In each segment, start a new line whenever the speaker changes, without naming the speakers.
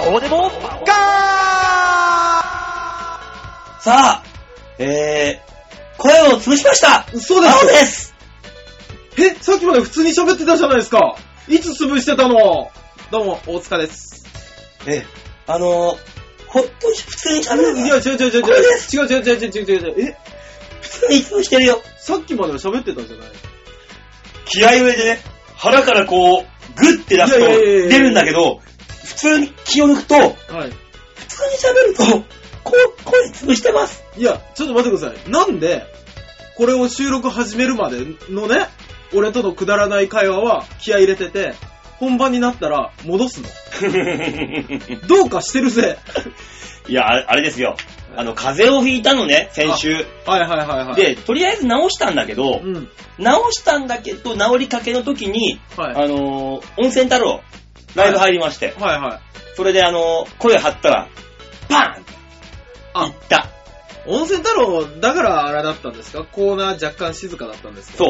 どうでもガー。
さあ、声を潰しました。
そうです。
青です。
さっきまで普通に喋ってたじゃないですか。いつ潰してたの？どうも、大塚です。
ほんとに普通に喋る。
いや、違う。
これです。
違う。
普通に潰してるよ。
さっきまでは喋ってたじゃない。
気合い上でね、腹からこう、グッて出すと出るんだけど、普通に気を抜くと、
はい。
普通に喋ると、声潰してます。
いや、ちょっと待ってください。なんで、これを収録始めるまでのね、俺とのくだらない会話は気合い入れてて、本番になったら戻すの。どうかしてるぜ。
いや、あれですよ。風邪をひいたのね、先週。
はい。
で、とりあえず治したんだけど、治りかけの時に、
はい、
温泉太郎、ライブ入りまして。
はい。
それで声張ったら、パーン行った。
温泉太郎、だからあれだったんですか？コーナー若干静かだったんですか？
そう。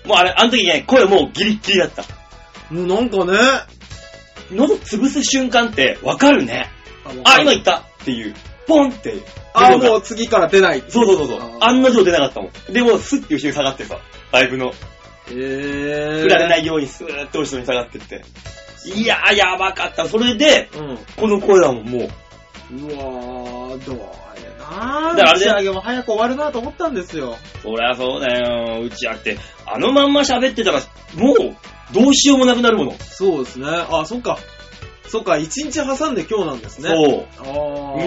もうあの時ね、声もうギリッギリだった。
もうなんかね、
喉潰す瞬間ってわかるね。今行ったっていう。ポンって。
もう次から出ない。
そう。案の定出なかったもん。でも、スッて後ろに下がってさ、ライブの。振られないようにスーッと後ろに下がってって。いやー、やばかった。それで、この声はもう。
うわー、どうやなー。
だから
打ち上げも早く終わるなと思ったんですよ。
そりゃそうだよ。打ち上げって。あのまんま喋ってたら、もう、どうしようもなくなるもの。
そうですね。そっか、一日挟んで今日なんですね。
そう。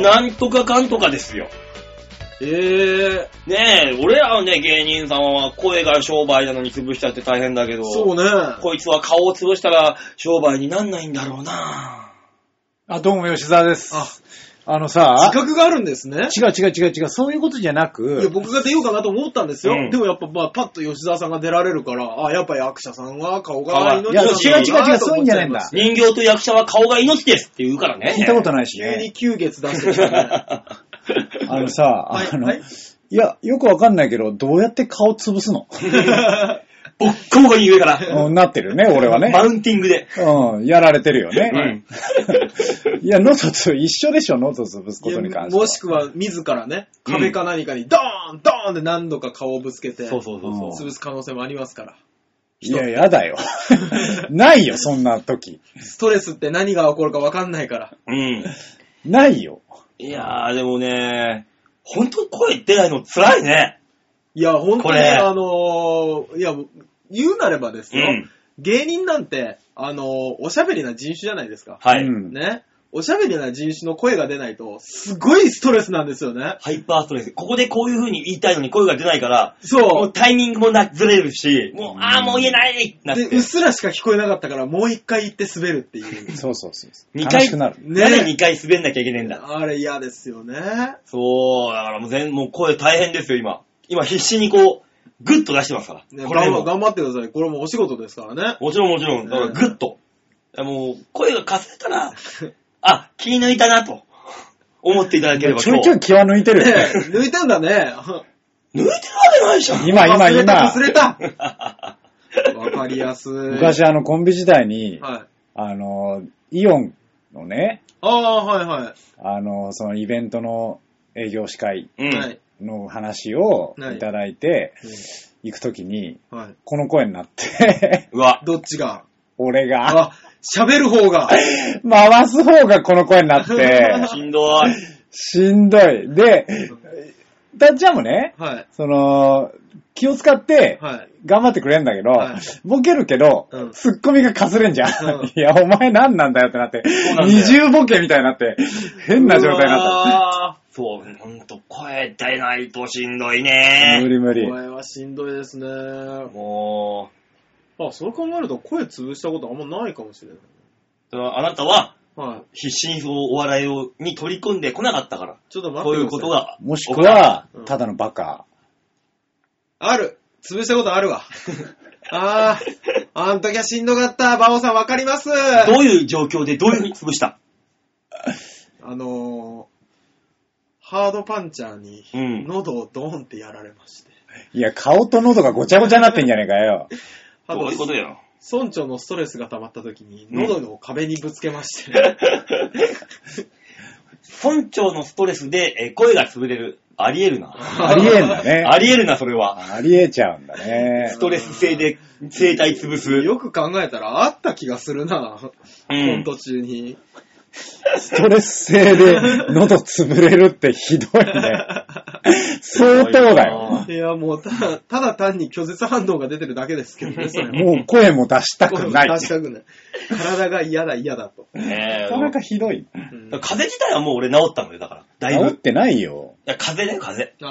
なんとかかんとかですよ。ねえ、俺らはね、芸人さんは声が商売なのに潰しちゃって大変だけど。
そうね。
こいつは顔を潰したら商売になんないんだろうな。
どうも吉沢です。自
覚があるんですね。
違う。そういうことじゃなく。
いや、僕が出ようかなと思ったんですよ。でもやっぱ、パッと吉沢さんが出られるから、やっぱ役者さんは顔が命だ。
いや、違う、そういうんじゃないんだ。
人形と役者は顔が命ですって言うからね。
聞いたことないしね。
急に9月出してきたね。
いや、よくわかんないけど、どうやって顔潰すの？
ボッコボコに上から。
なってるね、俺はね。
マウンティングで。
やられてるよね。いや、一緒でしょ、喉潰すことに関しては。
もしくは、自らね、壁か何かにドーンって何度か顔をぶつけて、潰す可能性もありますから。
いや、やだよ。ないよ、そんな時。
ストレスって何が起こるかわかんないから。
ないよ。
いやー、でもね、ほんと声出ないの辛いね。
いや、ほんとに、いや、言うなればですよ、芸人なんて、おしゃべりな人種じゃないですか。
はい。
ね。おしゃべりな人種の声が出ないと、すごいストレスなんですよね。
ハイパーストレス。ここでこういう風に言いたいのに声が出ないから、
そう。
もうタイミングもずれるし、もう言えないなって。
で、うっすらしか聞こえなかったから、もう一回言って滑るっていう。
そう。
2回、
悲しくなる。
なんで2回滑んなきゃいけねえんだ。
あれ嫌ですよね。
そう、だからもう声大変ですよ、今。今必死にこう、グッと出してますから。
ね、頑張ってください。これもお仕事ですからね。
もちろん。だからグッと。もう、声がかすれたら、気抜いたなと思っていただければ。
ちょいちょい気は抜いてる。
抜いたんだね。
抜いてるわけないじゃん。
今。
忘れた。わかりやすい。
昔コンビ時代に、イオンのね、そのイベントの営業司会の話をいただいて、行くときに、この声になって、
うわ。
どっちが？
俺が。
喋る方が。
回す方がこの声になって。
しんどい。
しんどい。で、たっちゃんもね、気を使って、頑張ってくれんだけど、ボケるけど、ツッコミがかすれんじゃん。いや、お前何なんだよってなって、二重ボケみたいになって、変な状態になった。
そう、ほんと、声出ないとしんどいね。
無理。
声はしんどいですね。
もう。
そう考えると声潰したことあんまないかもしれない。
だからあなたは、必死にお笑いに取り組んでこなかったから。
ちょっと待ってください。
そういうことが。
もしくは、ただのバカ。
ある。潰したことあるわ。あん時はしんどかった。バオさんわかります。
どういう状況でどういうふうに潰した
ハードパンチャーに喉をドーンってやられまして。
いや、顔と喉がごちゃごちゃになってんじゃねえかよ。
どういうことよ。
村長のストレスが溜まった時に喉の壁にぶつけまして、
村長のストレスで声が潰れる。ありえるな。
ありえんだね。
ありえるな、それは。
ありえちゃうんだね。
ストレス性で声帯潰す。
よく考えたらあった気がするな。コント中に。
ストレス性で喉潰れるってひどいね。相当だよ。
いや、もうただ単に拒絶反応が出てるだけですけどね、それ
もう声も出したくない。
出したくない。体が嫌だと。
なかなかひどい。
風邪自体はもう俺治ったのよ、だから。だいぶ。
治ってないよ。
いや、風邪だよ、風邪。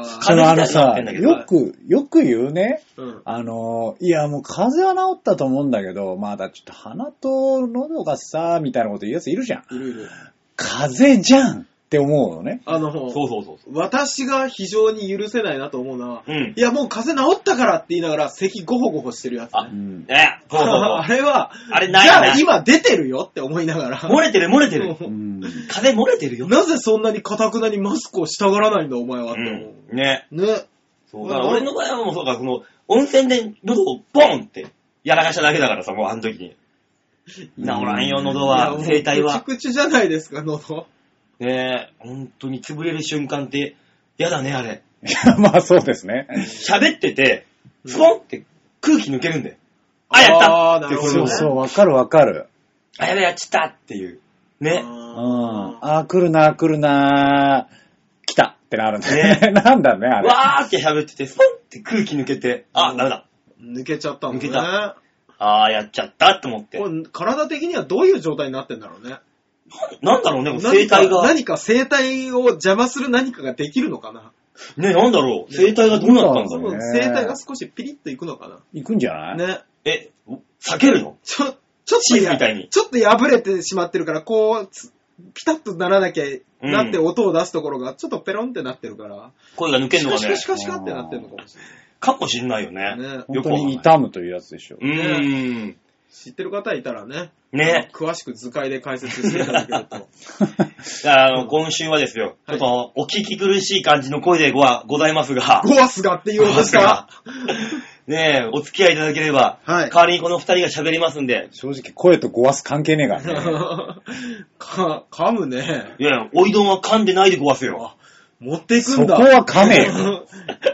よく言うね。いや、もう風邪は治ったと思うんだけど、まだちょっと鼻と喉がさ、みたいなこと言うやついるじゃん。
いる。
風邪じゃんって思うのね。
そう。
私が非常に許せないなと思うのは、いや、もう風邪治ったからって言いながら咳ゴホゴホしてるやつ、ね。
そう。
あれは、
ないな。
じゃあ今出てるよって思いながら。
漏れてる。風漏れてるよ。
なぜそんなに堅くなにマスクをしたがらないんだお前はって思う。
ね。そうだから俺の場合はもうそうか、その、温泉で喉をボンってやらかしただけだからさ、もうあの時に。治らんよ、喉は、声帯は。
口々じゃないですか、喉。
ねえ、本当に潰れる瞬間って、やだね、あれ。
いや、まあそうですね。
喋ってて、スポンって空気抜けるんだよ。やったって
そう、わかる。
やべ、やっちったっていう。ね。
来るな来たってなるんだね。なんだね、あれ。
わーって喋ってて、スポンって空気抜けて、ダメだ。
抜けちゃったんだね。
抜けた。やっちゃったって思って。
これ体的にはどういう状態になってんだろうね。
なんだろうね、声帯が。
何か声帯を邪魔する何かができるのかな。
ね、なんだろう。声帯がどうなったんだろう。
声帯が少しピリッといくのかな。
いくんじゃない
ね。
避けるの
ちょっと破れてしまってるから、こう、ピタッとならなきゃ、なって音を出すところが、ちょっとペロンってなってるから。
声が抜けるのかね。
シカシカってなってるのかもしれない。
かもしんないよね。
本当に痛むというやつでしょ。
知ってる方いたらね。詳しく図解で解説していただけると。
今週はですよ、ちょっとお聞き苦しい感じの声でございますが。
ゴワスがって言おうとした。
ねえ、お付き合いいただければ、代わりにこの二人が喋りますんで。
正直声とゴワス関係ねえからね。
噛むね。
いや、おいどんは噛んでないでゴワスよ。
持っていくんだ。
そこは噛めよ。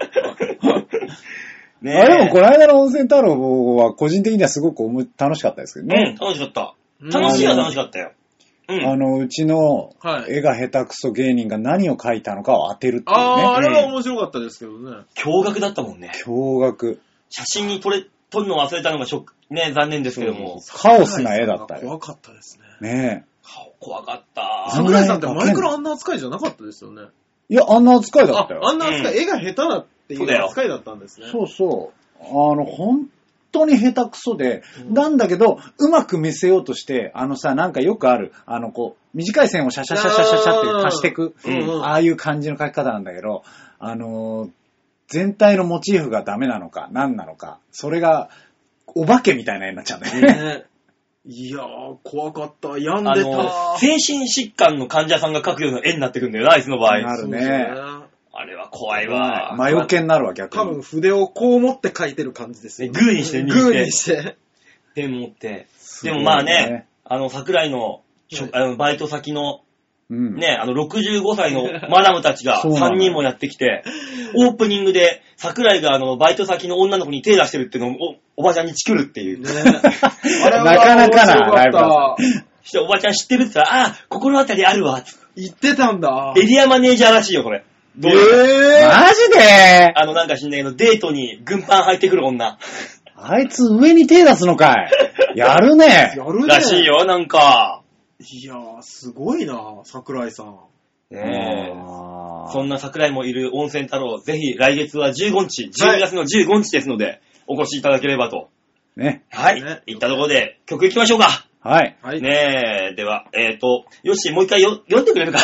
でもこの間の温泉太郎は個人的にはすごく楽しかったですけどね。
楽しかった。楽しいは楽しかったよ。
うちの絵が下手くそ芸人が何を描いたのかを当てるっていうね。
あれは面白かったですけどね。
驚愕だったもんね。
驚愕。
写真に撮るの忘れたのがね、残念ですけども。
カオスな絵だったよ。
怖かったですね。
ねえ。
怖かった。
桜井さんって前からあんな扱いじゃなかったですよね。
いや、あんな扱いだったよ。
あんな扱い、絵が下手だっていう扱いだったんですね。
そう。本当に下手くそで、なんだけど、うまく見せようとして、なんかよくある、短い線をシャシャシャシャシャシャって足していく、ああいう感じの描き方なんだけど、全体のモチーフがダメなのか、何なのか、それが、お化けみたいな絵になっちゃうんだよね。
いやー、怖かった。病んでた。
精神疾患の患者さんが描くような絵になってくるんだよな、あいつの場合。
なるね。
あれは怖いわ。
魔除けになるわ、逆に。
多分筆をこう持って描いてる感じですよ。
グーにして、
グーにして。
でもって。でもまあね、桜井の、バイト先の、ね、65歳のマダムたちが3人もやってきて、オープニングで桜井がバイト先の女の子に手出してるっていうのをおばちゃんにチクるっていう。
ね、
なかなかなライブだった。
そしておばちゃん知ってるって言ったら、心当たりあるわ。
言ってたんだ。
エリアマネージャーらしいよ、これ。
マジで
なんか知んないけど、デートに軍パン履いてくる女。
あいつ上に手出すのかい。やるね。
やるね。
らしいよ、なんか。
いやー、すごいな、桜井さん。
ねえ。そんな桜井もいる温泉太郎、ぜひ来月は15日、12月の15日ですので、お越しいただければと。
ね。
はい。いったところで、曲行きましょうか。
はい。
ねえ、では、よし、もう一回読んでくれるか。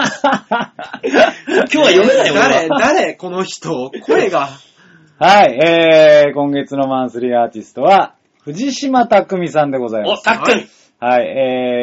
今日は読めないよ、
誰この人、声が。
はい、今月のマンスリーアーティストは、藤島匠さんでございます。
たっくん。
はい、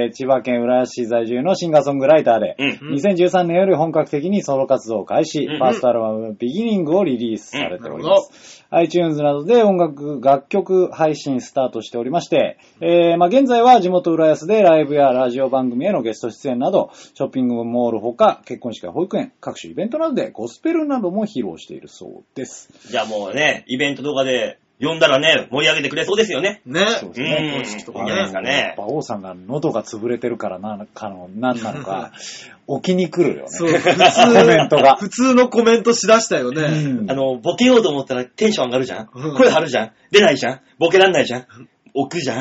千葉県浦安市在住のシンガーソングライターで、2013年より本格的にソロ活動を開始、ファーストアルバムビギニングをリリースされております。iTunes などで楽曲配信スタートしておりまして、現在は地元浦安でライブやラジオ番組へのゲスト出演など、ショッピングモールほか、結婚式や保育園、各種イベントなどでゴスペルなども披露しているそうです。
じゃあもうね、イベント動画で呼んだらね、盛り上げてくれそうですよね。
ね。そうですね。
結婚式とかね。や
っぱ王さんが喉が潰れてるから何なのか、起きに来るよね。
そう、普通のコメントしだしたよね。
ボケようと思ったらテンション上がるじゃん。声張るじゃん。出ないじゃん。ボケらんないじゃん。置くじゃん。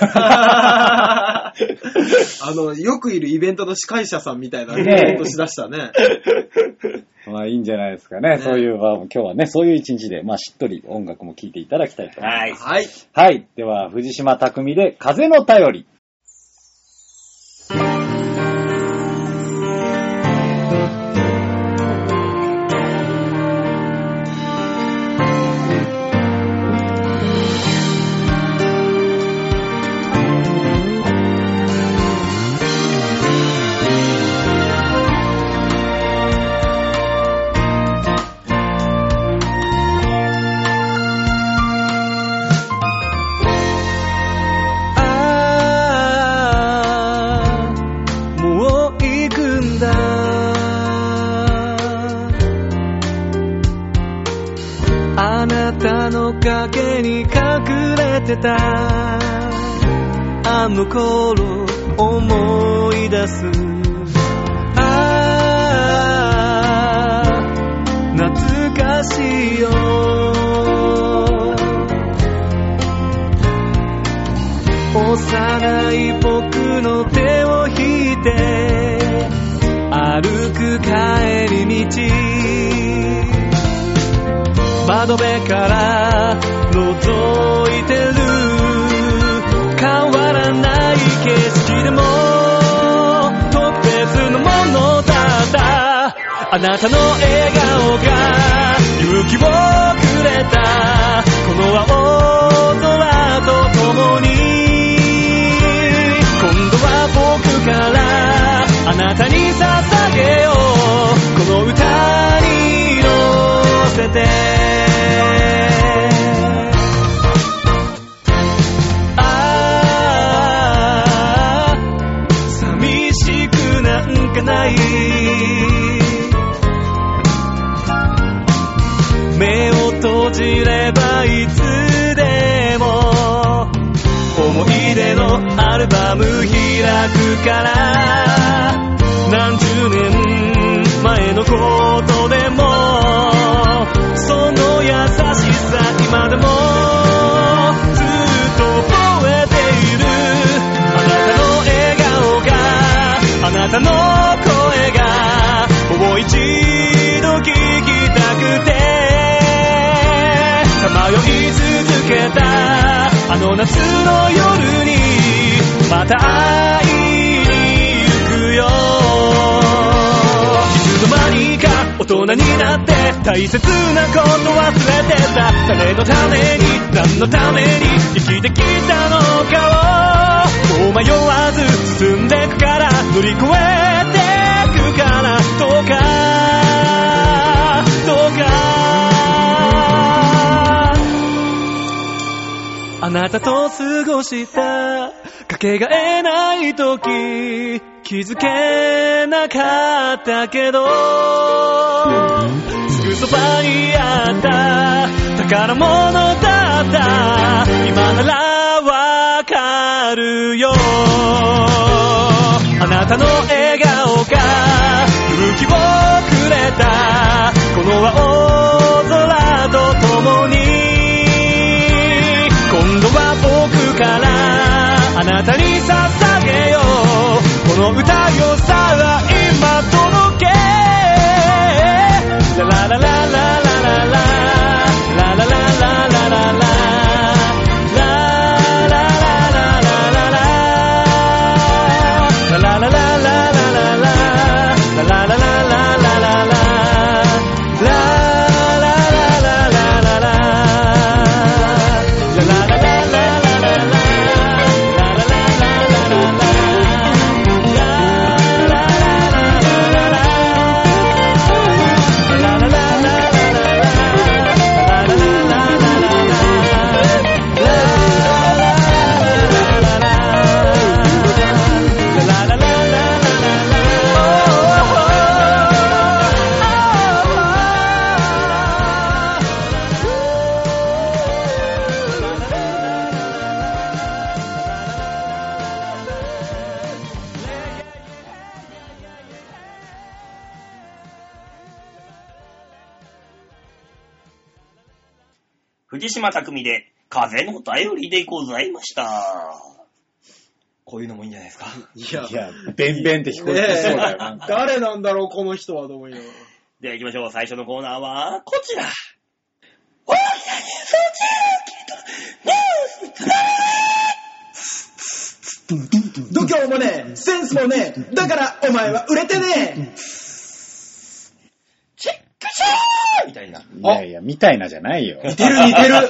よくいるイベントの司会者さんみたいなコメントしだしたね。
まあいいんじゃないですかね。そういう、今日はね、そういう一日で、しっとり音楽も聴いていただきたいと思います。
はい。
はい。では、藤島匠で風の便り。
影に隠れてたあの頃思い出す懐かしいよ幼い僕の手を引いて歩く帰り道窓辺から覗いてる変わらない景色でも特別なものだったあなたの笑顔が勇気をくれたこの青空と共に今度は僕からあなたに捧げようこの歌に乗せて寂しくなんかない目を閉じればいつでも思い出のアルバム開くから何十年前のことでもその優しさ今でもずっと覚えているあなたの笑顔があなたの声がもう一度聞きたくてさまよい続けたあの夏の夜にまた会いに行くよいつの間にか大人になって大切なこと忘れてた誰のために何のために生きてきたのかをもう迷わず進んでくから乗り越えてくからどうかあなたと過ごしたかけがえない時気づけなかったけどすぐそばにあった宝物だった今ならわかるよあなたの笑顔が勇気をくれたこの青空と共に今度は僕からあなたに捧げようこの歌よさあ今届けラララララララララララララララララ
藤島匠で、風の便りでございました。こういうのもいいんじゃないですか。
いや、ベンベンって聞こえてそうだよ。なんか
誰なんだろう、この人はと思いながら。
では行きましょう。最初のコーナーは、こちら。大きなニュースをニュース
度胸もねえ、センスもねえ、だからお前は売れてねえ。
チェックショーみたいな。
いや、みたいなじゃないよ。
似てる。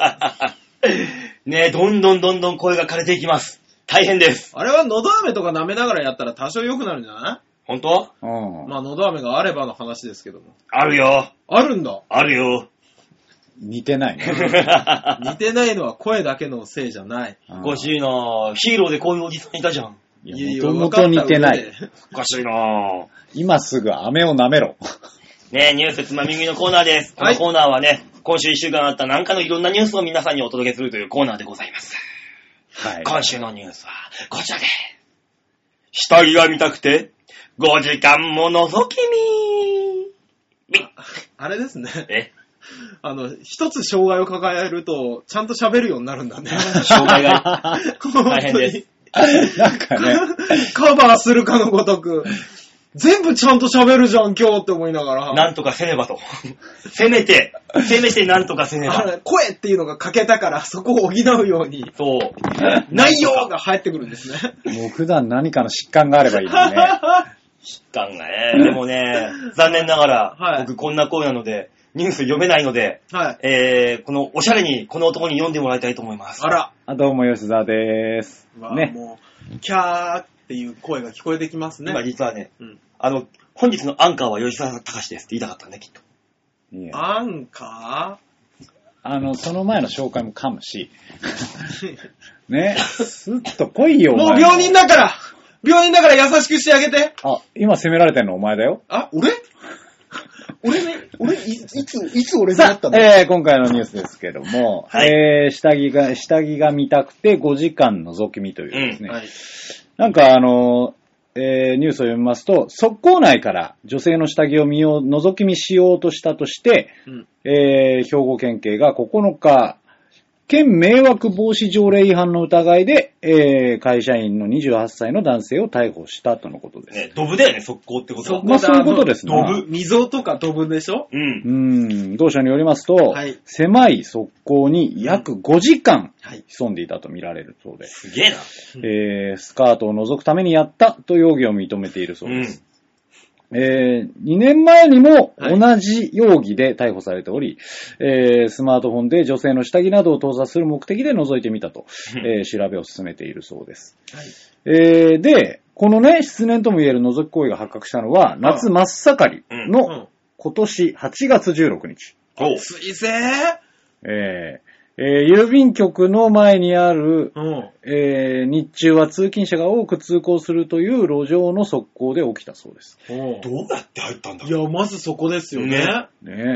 ねえ、どんどん声が枯れていきます。大変です。
あれは喉飴とか舐めながらやったら多少良くなるんじゃない？
ほんと？
うん。まあ喉飴があればの話ですけども。
あるよ。
あるんだ。
あるよ。
似てないね。
似てないのは声だけのせいじゃない。
おかしいなぁ。ヒーローでこういうおじさんいたじゃん。
いや、もともと似てない。
おかしいなぁ。
今すぐ飴を舐めろ。
ねえ、ニュースつまみ食いのコーナーです。このコーナーはね、今週1週間あった何かのいろんなニュースを皆さんにお届けするというコーナーでございます。はい。今週のニュースはこちらで。下着が見たくて5時間も覗き見。
あれですね。一つ障害を抱えると、ちゃんと喋るようになるんだね。
障害が大変です。
なんかね。
カバーするかのごとく。全部ちゃんと喋るじゃん、今日って思いながら。
なんとかせねばと。せめてなんとかせねば。
声っていうのが欠けたから、そこを補うように。
そう。
内容が入ってくるんですね。
もう普段何かの疾患があればいいのね。
疾患がね。でもね、残念ながら、はい、僕こんな声なので、ニュース読めないので、はい、このおしゃれにこの男に読んでもらいたいと思います。
あら。
どうも吉沢でーす。
ね。もう、キャーっていう声が聞こえてきますね。
今実はね、本日のアンカーは吉沢隆ですって言いたかったんだ、きっと。
アンカ
ーその前の紹介も噛むし。ね。スッと来いよ、
もう病人だから優しくしてあげて。
今責められてんのお前だよ。
俺ね、いつ俺になったの？
今回のニュースですけども、はい、下着が見たくて5時間覗き見というですね。はい、なんかニュースを読みますと、側溝内から女性の下着を覗き見しようとしたとして、兵庫県警が9日、県迷惑防止条例違反の疑いで、会社員の28歳の男性を逮捕したとのことです。
ね、ドブだよね、側溝ってことは。
まあそういうことですね。
ドブ、溝とかドブでしょ？
同社によりますと、はい、狭い側溝に約5時間潜んでいたと見られるそうです。
すげえ
な。スカートを覗くためにやったと容疑を認めているそうです。2年前にも同じ容疑で逮捕されており、スマートフォンで女性の下着などを盗撮する目的で覗いてみたと、調べを進めているそうです。で、このね、失念とも言える覗き行為が発覚したのは、夏真っ盛りの今年8月16日。
暑いぜ
郵便局の前にある、日中は通勤者が多く通行するという路上の側溝で起きたそうです。
どうやって入ったんだろう？
いや、まずそこですよね。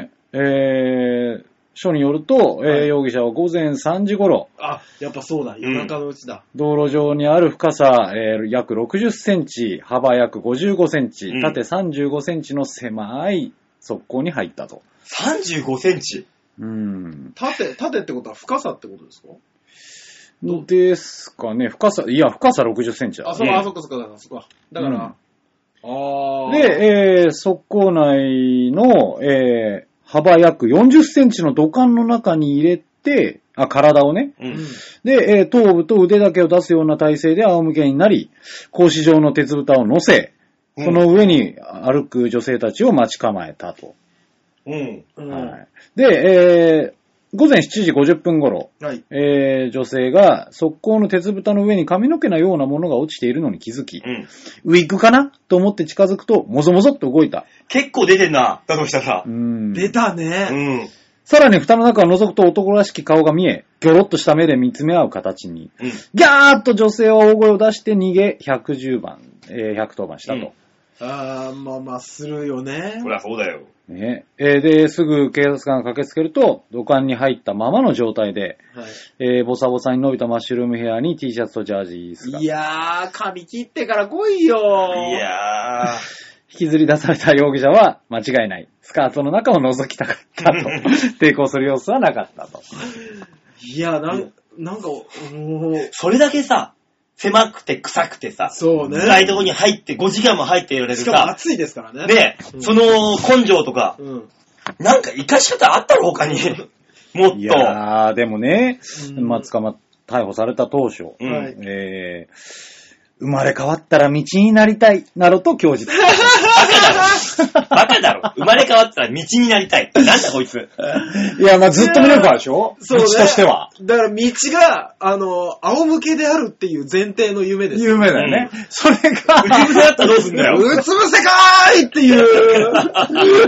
署によると、容疑者は午前3時頃。
やっぱそうだ。夜中のうちだ。
道路上にある深さ、約60センチ、幅約55センチ、縦35センチの狭い側溝に入ったと。
35センチ？
縦ってことは深さってことですか？
ですかね。深さ60センチだ、ね。
そっか。だから、
で、側溝内の、幅約40センチの土管の中に入れて、体をね。で、頭部と腕だけを出すような体勢で仰向けになり、格子状の鉄蓋を乗せ、その上に歩く女性たちを待ち構えたと。で、午前7時50分頃、女性が側溝の鉄蓋の上に髪の毛のようなものが落ちているのに気づき、ウィッグかなと思って近づくと、もぞもぞっと動いた。
結構出てんな、だとしたら。
出たね。
さらに蓋の中を覗くと男らしき顔が見え、ギョロッとした目で見つめ合う形に、ギャーッと女性は大声を出して逃げ、110番、110番したと。
するよね。
そりゃそうだよ。
ね。で、すぐ警察官が駆けつけると、土管に入ったままの状態で、ボサボサに伸びたマッシュルームヘアに T シャツとジャージー姿。
いやー、髪切ってから来いよー。
いやー。
引きずり出された容疑者は間違いない。スカートの中を覗きたかったと。抵抗する様子はなかったと。
いや、なんか、
それだけさ、狭くて臭くてさ、
そうね。
辛いとこに入って5時間も入っていられるさ。
しかも暑いですからね。
で、その根性とか、なんか活かし方あったろ他に。もっと。い
やー、でもね、逮捕された当初、生まれ変わったら道になりたい、などと供述。
バカだろ。生まれ変わったら道になりたい。なんだこいつ。
いや、ずっと見るからでしょ？そうね。道としては。
だから道が、仰向けであるっていう前提の夢です。
夢だよね。それが、
うつ伏せだったらどうすんだよ。
うつ伏せかーいっていう、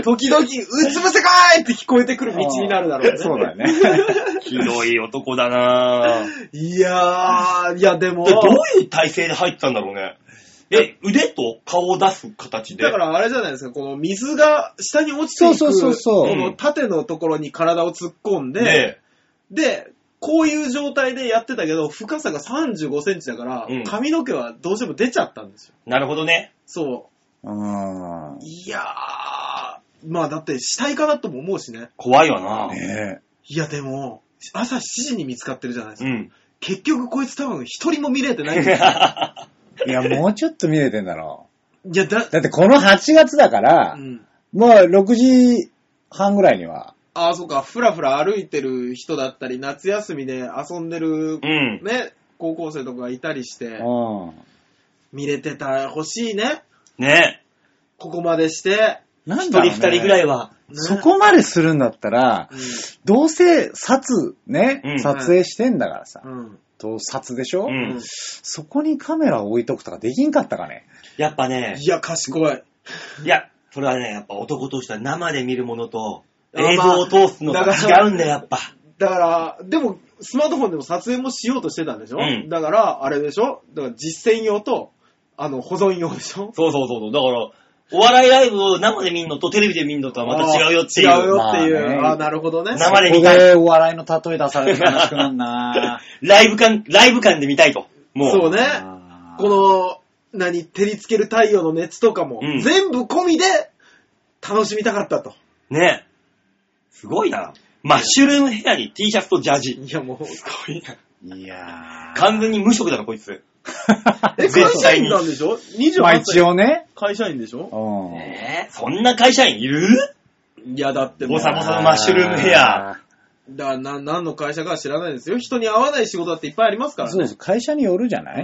時々、うつ伏せかーいって聞こえてくる道になるだろうね。
そうだよね。
ひどい男だなぁ。
いや、でも。
どういう体勢で入ったんだろうね。腕と顔を出す形で。
だからあれじゃないですか、この水が下に落ちていく、この縦のところに体を突っ込んで、で、こういう状態でやってたけど、深さが35センチだから、髪の毛はどうしても出ちゃったんですよ。
なるほどね。
そう。いやー、だって死体かなとも思うしね。
怖いわな。
いやでも、朝7時に見つかってるじゃないですか。結局こいつ多分一人も見れてないんですよ。
いや、もうちょっと見れてんだろう。
いや、
だってこの8月だから、もう6時半ぐらいには。
ああ、そうか、ふらふら歩いてる人だったり、夏休みで遊んでる、ね、高校生とかがいたりして、見れてたら欲しいね。
ね。
ここまでして、
一人二人ぐらいは。
そこまでするんだったら、どうせ撮影してんだからさ。撮でしょ、そこにカメラを置いとくとかできんかったかね。
やっぱね。
いや、賢い。
いや、それはね、やっぱ男としては生で見るものと映像を通すのが違うんだよ、やっぱ。
だから、でも、スマートフォンでも撮影もしようとしてたんでしょ、だから、あれでしょだから実践用と、保存用でしょ。
そう。だから、お笑いライブを生で見んのとテレビで見んのとはまた違うよっていう。
違うよっていう。なるほどね。
生で見たい。
ここでお笑いの例え出されて悲しくなるな
ライブ感で見たいと。もう。
そうね。この、照りつける太陽の熱とかも、全部込みで楽しみたかったと。
ね。すごいな。マッシュルームヘアに T シャツとジャージ。
いやもう、
すごいな。
いや
完全に無職だな、こいつ。
会社員なんでしょ ?28 歳。
一応ね。
会社員でしょ
そんな会社員いる？
いや、だって
ボサボサのマッシュルームヘア。
だから何の会社かは知らないですよ。人に合わない仕事だっていっぱいありますからね。
そう、会社によるじゃない？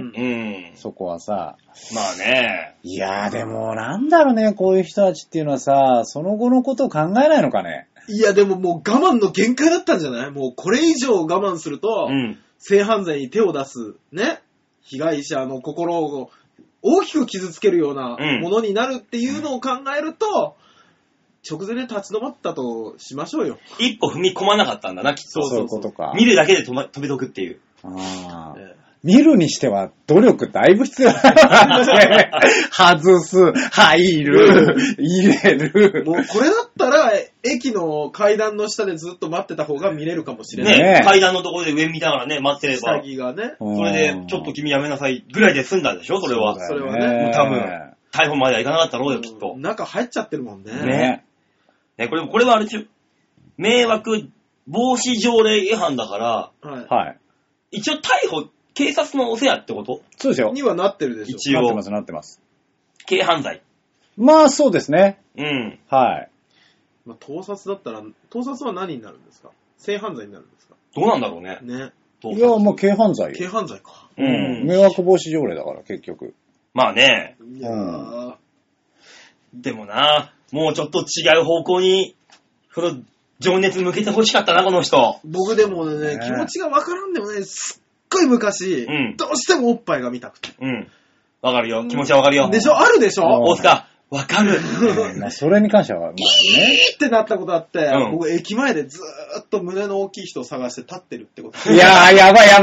そこはさ。
まあね。
いやーでもなんだろうね、こういう人たちっていうのはさ、その後のことを考えないのかね。
いやでももう我慢の限界だったんじゃない？もうこれ以上我慢すると、性犯罪に手を出す、ね。被害者の心を大きく傷つけるようなものになるっていうのを考えると、直前で立ち止まったとしましょうよ。
一歩踏み込まなかったんだな、きっと。
そういうことか。
見るだけで止めとくっていう。
見るにしては努力だいぶ必要だね。外す、入る、入れる。
もうこれだったら、駅の階段の下でずっと待ってた方が見れるかもしれない。
ね、階段のところで上見ながらね、待ってれば。
下着がね。
それで、ちょっと君やめなさいぐらいで済んだんでしょ、それは。
それはね。
多分、逮捕まではいかなかったろうよ、きっと。
中入っちゃってるもんね。
ね、これはあれでしょ。迷惑防止条例違反だから、
はい。
一応逮捕、警察のお世話ってこと？
そうですよ。
にはなってるでしょ。
一応。
なってます。
軽犯罪。
まあそうですね。はい。
まあ、盗撮だったら、盗撮は何になるんですか？性犯罪になるんですか？
どうなんだろうね。
ね。
いや、もう軽犯罪よ。
軽犯罪か。
迷惑防止条例だから、結局。
まあね。
いやー。
でもな、もうちょっと違う方向に、情熱向けて欲しかったな、この人。
僕でもね、気持ちがわからんでもね、すっごい昔、どうしてもおっぱいが見たくて。
わかるよ。気持ちはわかるよ。
でしょ？あるでしょ？
大塚、わかる。
まあそれに関しては、まあね。
ギーってなったことあって、僕駅前でずーっと胸の大きい人を探して立ってるってこと。
いやー、やばい。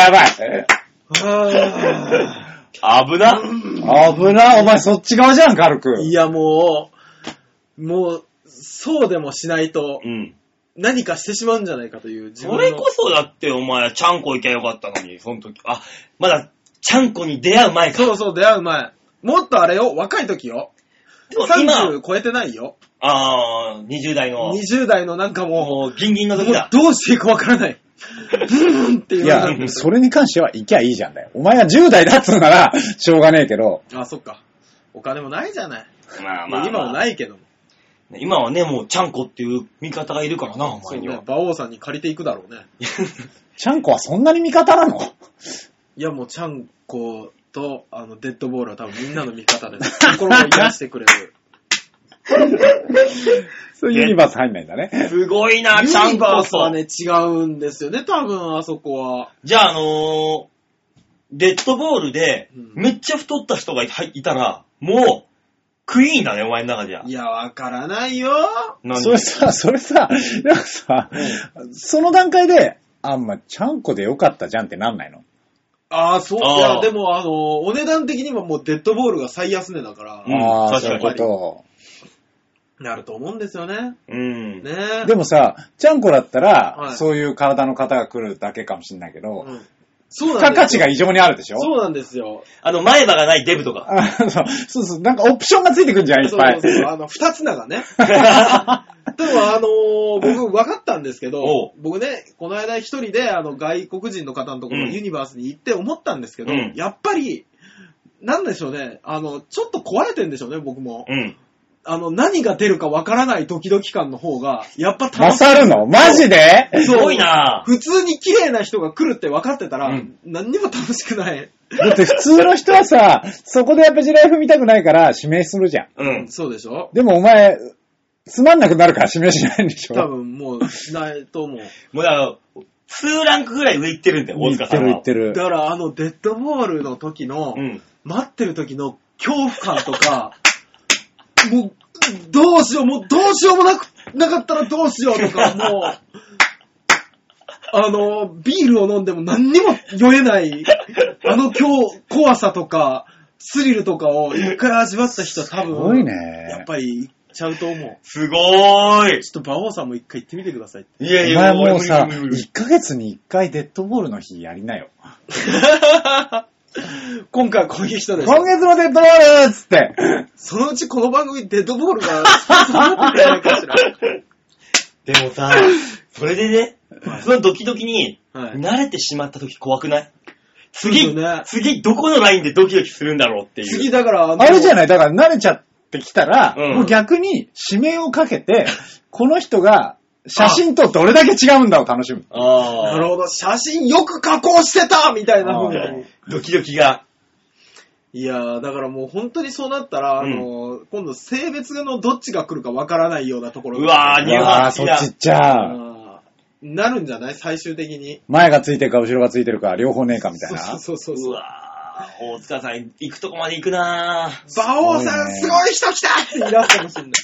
危な。
お前そっち側じゃん、軽く。
いやもう、そうでもしないと、何かしてしまうんじゃないかという自分の。
それこそだってお前、ちゃんこ行きゃよかったのに、その時。まだ、ちゃんこに出会う前か。
そう、出会う前。もっとあれよ、若い時よ。 30超えてないよ。
20代の。
20代のなんかも
う、ギンギンの時だ。
どうしていいかわからない。っていう。
いや、それに関しては行きゃいいじゃんだよ。お前は10代だっつうなら、しょうがねえけど。
そっか。お金もないじゃない。
まあ。
今はないけども。
今はね、もう、ちゃんこっていう味方がいるからな、お前には。
そうね、馬王さんに借りていくだろうね。
ちゃんこはそんなに味方なの？
いや、もうちゃんことデッドボールは多分みんなの味方です。心を癒してくれる。
そういうユニバース入んないんだね。
すごいな、ちゃんこ。
ユニバースはね、違うんですよね、多分、あそこは。
じゃあ、デッドボールで、めっちゃ太った人がいたら、もう、クイーンだね、お前の中じゃ。
いや、わからないよ。
それさ、なんかさ、その段階で、ちゃんこでよかったじゃんってなんないの？
そう。いや、でも、お値段的にはもうデッドボールが最安値だから。
そういうこと。
なると思うんですよね。
ね。
でもさ、ちゃんこだったら、そういう体の方が来るだけかもしれないけど、付加価値が異常にあるでしょ？
そうなんですよ。
前歯がないデブとか。
そう。なんかオプションがついてくるんじゃん、いっぱい。
そう。二つ長ね。でも僕分かったんですけど、僕ね、この間一人で外国人の方のところのユニバースに行って思ったんですけど、やっぱり、なんでしょうね、ちょっと壊れてんでしょうね、僕も。何が出るかわからないドキドキ感の方が、やっぱ楽しい。
勝るの？マジで？
すごいな。
普通に綺麗な人が来るって分かってたら、何にも楽しくない。
だって普通の人はさ、そこでやっぱ地雷踏みたくないから指名するじゃ
ん。そうでしょ？
でもお前、つまんなくなるから指名しないんでしょ？
多分もう、ないと思う。
もうだから、2ランクぐらい上行ってるんだよ、大塚さんは。
行ってる。
だからデッドボールの時の、待ってる時の恐怖感とか、もう、どうしようもなかったらどうしようとか、もう、ビールを飲んでも何にも酔えない、怖さとか、スリルとかを一回味わった人は多分、
すごいね。
やっぱり行っちゃうと思う。
すごーい。
ちょっと馬王さんも一回行ってみてください。
いやい
や、お前もうさ、1ヶ月に1回デッドボールの日やりなよ。
今回はこういう人です。
今月のデッドボールっつって。
そのうちこの番組デッドボールがスポンサーになってくれないかしら。
でもさ、それでね、そのドキドキに慣れてしまった時怖くない？次どこのラインでドキドキするんだろうっていう。
次だから
あれじゃない？だから慣れちゃってきたら、もう逆に指名をかけて、この人が写真とどれだけ違うんだを楽しむ。
なるほど。写真よく加工してたみたいな風に。
ドキドキが。
いやー、だからもう本当にそうなったら、今度性別のどっちが来るかわからないようなところ。
うわー、ニューハー
そっちっちゃう。
なるんじゃない？最終的に。
前がついてるか後ろがついてるか、両方ねえかみたいな。
そう。
うわー、大塚さん行くとこまで行くなー。
馬王さんすごい人来たって言い出すかもしれない。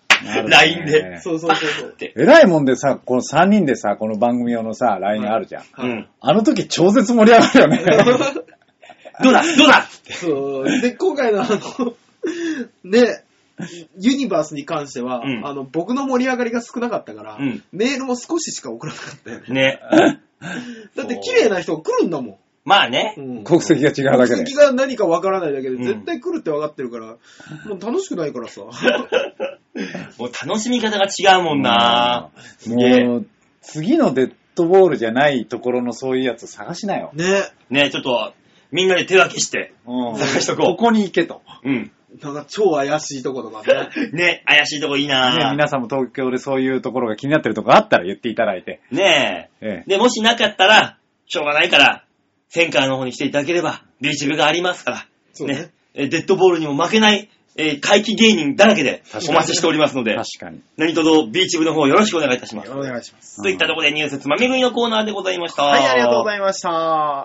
LINE で。
そう。
偉いもんでさ、この3人でさ、この番組用のさ、LINE あるじゃん。あの時超絶盛り上がるよね。
どうだ
そう。で、今回のね、ユニバースに関しては、僕の盛り上がりが少なかったから、メールも少ししか送らなかったよね。
ね。
だって綺麗な人が来るんだもん。
まあね。
国籍が違うだけで。
国籍が何かわからないだけで、絶対来るって分かってるから、もう楽しくないからさ。も
う楽しみ方が違うもんな。
もう、次のデッドボールじゃないところのそういうやつ探しなよ。
ね、ちょっと、みんなで手分けして、探しとこう。
ここに行けと。
なんか超怪しいとことかね。
ね、怪しいとこいいな
ね、皆さんも東京でそういうところが気になってるところあったら言っていただいて。
ねえ。で、もしなかったら、しょうがないから、センカーの方に来ていただければ、ビーチ部がありますから、ね。デッドボールにも負けない、怪奇芸人だらけでお待ちしておりますので、
確かに。
何卒ビーチ部の方よろしくお願いいたします。
お願いします。
といったところでニュースつまみ食いのコーナーでございました。
はい、ありがとうございました。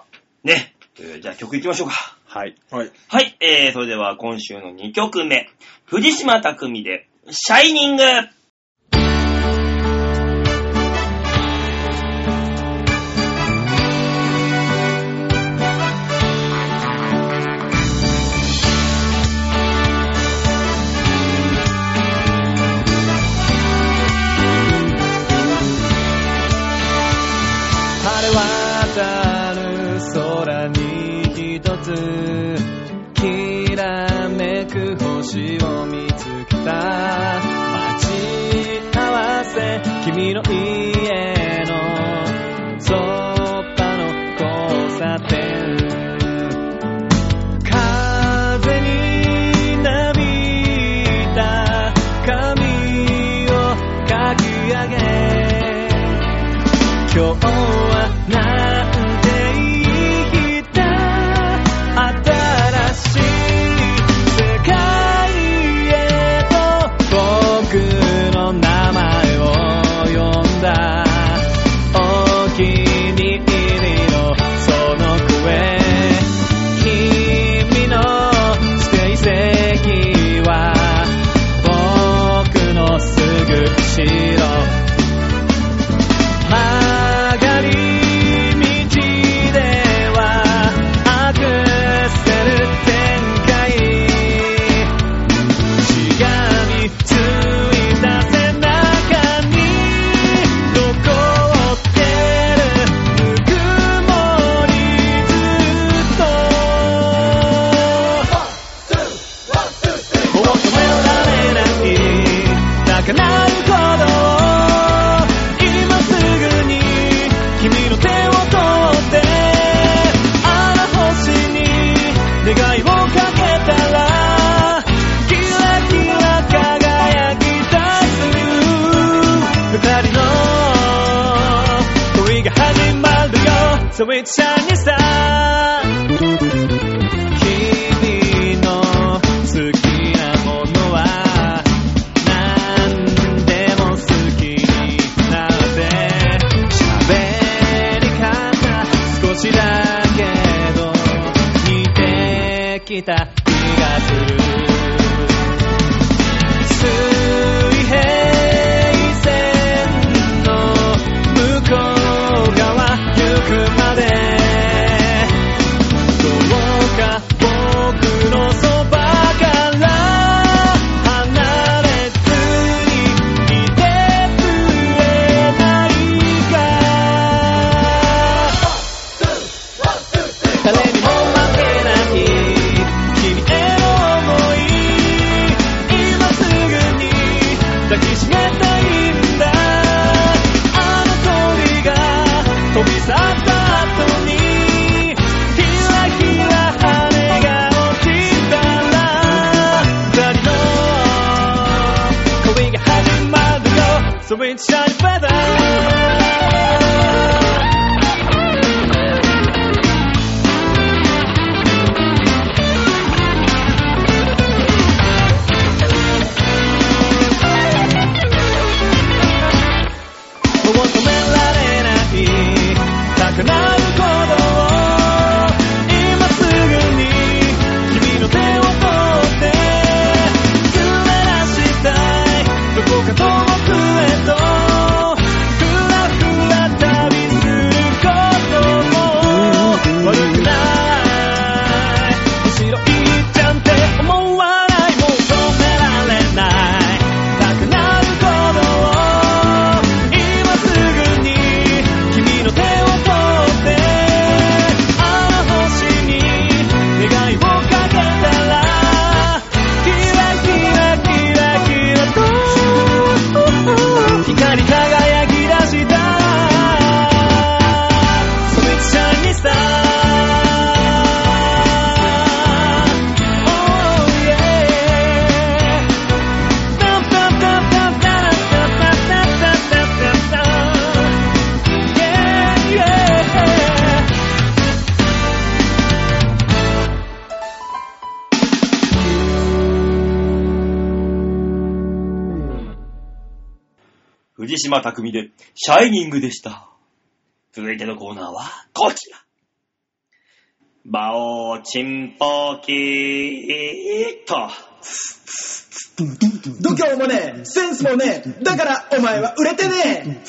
ね。じゃあ曲いきましょうか。
はい。
はい、それでは今週の2曲目。藤島匠で、シャイニング。
晴れ渡る空に一つきらめく星を見つけた。待ち合わせ君の家のそばの交差点。風になびいた髪をかき上げ、今日はなんて言った新しい世界へと僕の名前を呼んだ。お気に入りのその声、君の指定席は僕のすぐ後ろ。曲がり道ではアクセル展開、しがみついた背中に残ってるぬくもり、ずっと求められない高鳴る鼓動、今すぐに君の手を取ってあの星に願いをかけたら、キラキラ輝き出す二人の恋が始まるよ。スイッチシャイニスター、君の好きなものは何でも好きになって喋り方少しだけど似てきた気がする。水平線の向こう側行くまでどうか僕のそばから離れずにいてくれないか。誰にも負けない君への想い、今すぐに抱きしめたいんだ。あの鳥が飛び去った後にキラキラ羽が落ちたら、二人の恋が始まるよ。スイッチシャインフェザー。求められない高鳴る鼓動、今すぐに君の手を取って連れ出したいどこか遠くへと、ふらふら旅することも悪くない。後ろ行っちゃって思わない、もう止められない高鳴る鼓動、今すぐに君の手を取ってあの星に願いをかけたら、キラキラキラキラと光り輝き出したスイッチシャイニスター。Oh yeah、タタタタタタタタタタタ、yeah yeah。
藤島匠でシャイニングでした。続いてのコーナーはこちら。バオチンポキーと。
度胸もねえ、センスもねえ、だからお前は売れてねえ。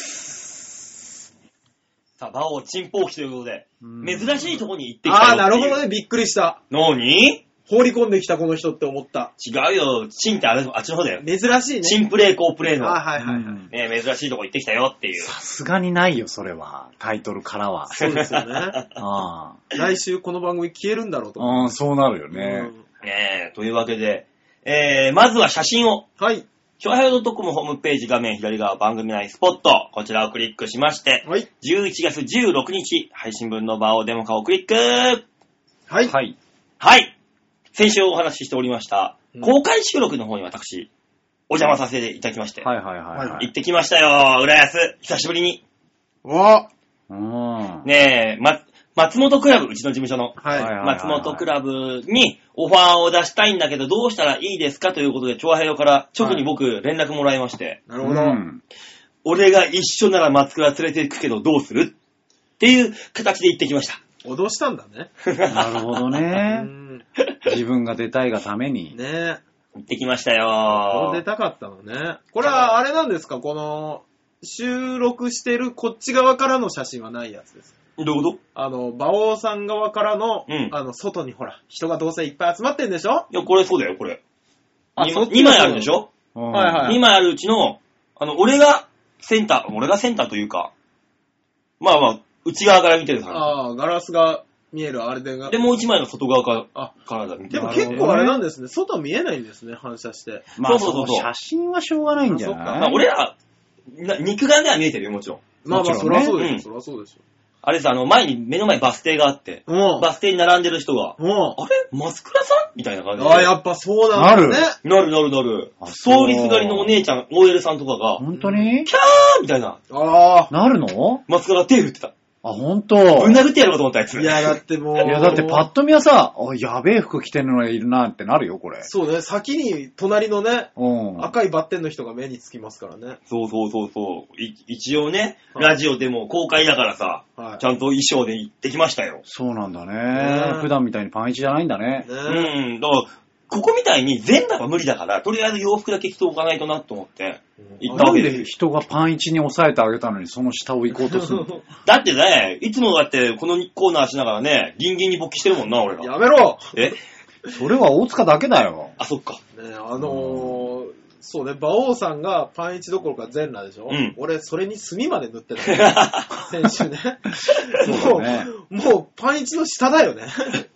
さあ、バオチンポキということで、珍しいとこに行ってきたよっていう。
ああ、なるほどね、びっくりした。
何？
放り込んできたこの人って思った。
違うよ、チンってあっちの方だよ。
珍しいね。
チンプレイ、コープレイの。
はいはいはい。
ね、珍しいとこ行ってきたよっていう。
さすがにないよ、それは。タイトルからは。
そうですよね。
あ
来週この番組消えるんだろうと思
あ、そうなるよね。
というわけで、まずは写真を。
はい。
ちょうはよ .com ホームページ画面左側番組内スポット。こちらをクリックしまして、はい。11月16日、配信分の場をデモ化をクリック。
はい。
はい。はい。先週お話ししておりました、公開収録の方に私、お邪魔させていただきまして。
はいはいはい、はい。
行ってきましたよ、浦安。久しぶりに。ねえ、松本クラブ、うちの事務所の、松本クラブにオファーを出したいんだけど、どうしたらいいですかということで、チョアヘヨから直に僕連絡もらいまして。
なるほど。
俺が一緒なら松倉連れて行くけどどうするっていう形で行ってきました。
脅したんだね。
なるほどね。自分が出たいがために。
ね
行ってきましたよ。
出たかったのね。これはあれなんですか、この、収録してるこっち側からの写真はないやつです。
どういうこと？
馬王さん側からの、外にほら、人がどうせいっぱい集まってんでしょ？
いや、これそうだよ、これ。2枚あるでしょ？
はいはい。
2枚あるうちの、俺がセンターというか、まあまあ、内側から見てるから。
ガラスが見えるあれで
で、もう1枚の外側からだ見てる。
でも結構あれなんですね。外見えないんですね、反射して。
まあそう。写真はしょうがないんじゃない？
まあ俺ら、肉眼では見えてるよ、もちろん。
まあまあ、そりゃそうですよ、そりゃそうでしょ。
あれさ、目の前バス停があって、バス停に並んでる人が、あれ松倉さんみたいな感じで。
やっぱそうなんだね。
なる。通りすがりのお姉ちゃん、OL さんとかが、
本当に
キャーみたいな。
なるの？
松倉手振ってた。
本当。
ぶん殴ってやろうと思ったやつ。
いや、だってもう。
だってパッと見はさ、やべえ服着てるのがいるなってなるよ、これ。
そうね、先に隣のね、赤いバッテンの人が目につきますからね。
そう。一応ね、ラジオでも公開だからさ、ちゃんと衣装で行ってきましたよ。
そうなんだね。普段みたいにパンイチじゃないんだね。
だからここみたいに全部は無理だから、とりあえず洋服だけ着ておかないとなと思って、行ったわけです。
なんで人がパンイチに抑えてあげたのにその下を行こうとするの？
だってね、いつもだってこのコーナーしながらね、ギンギンに勃起してるもんな、俺が。
やめろ！
それは大塚だけだよ。
そっか。
ね、そうね、馬王さんがパンイチどころか全裸でしょ？俺、それに墨まで塗ってた。先週ね。もうパンイチの下だよね。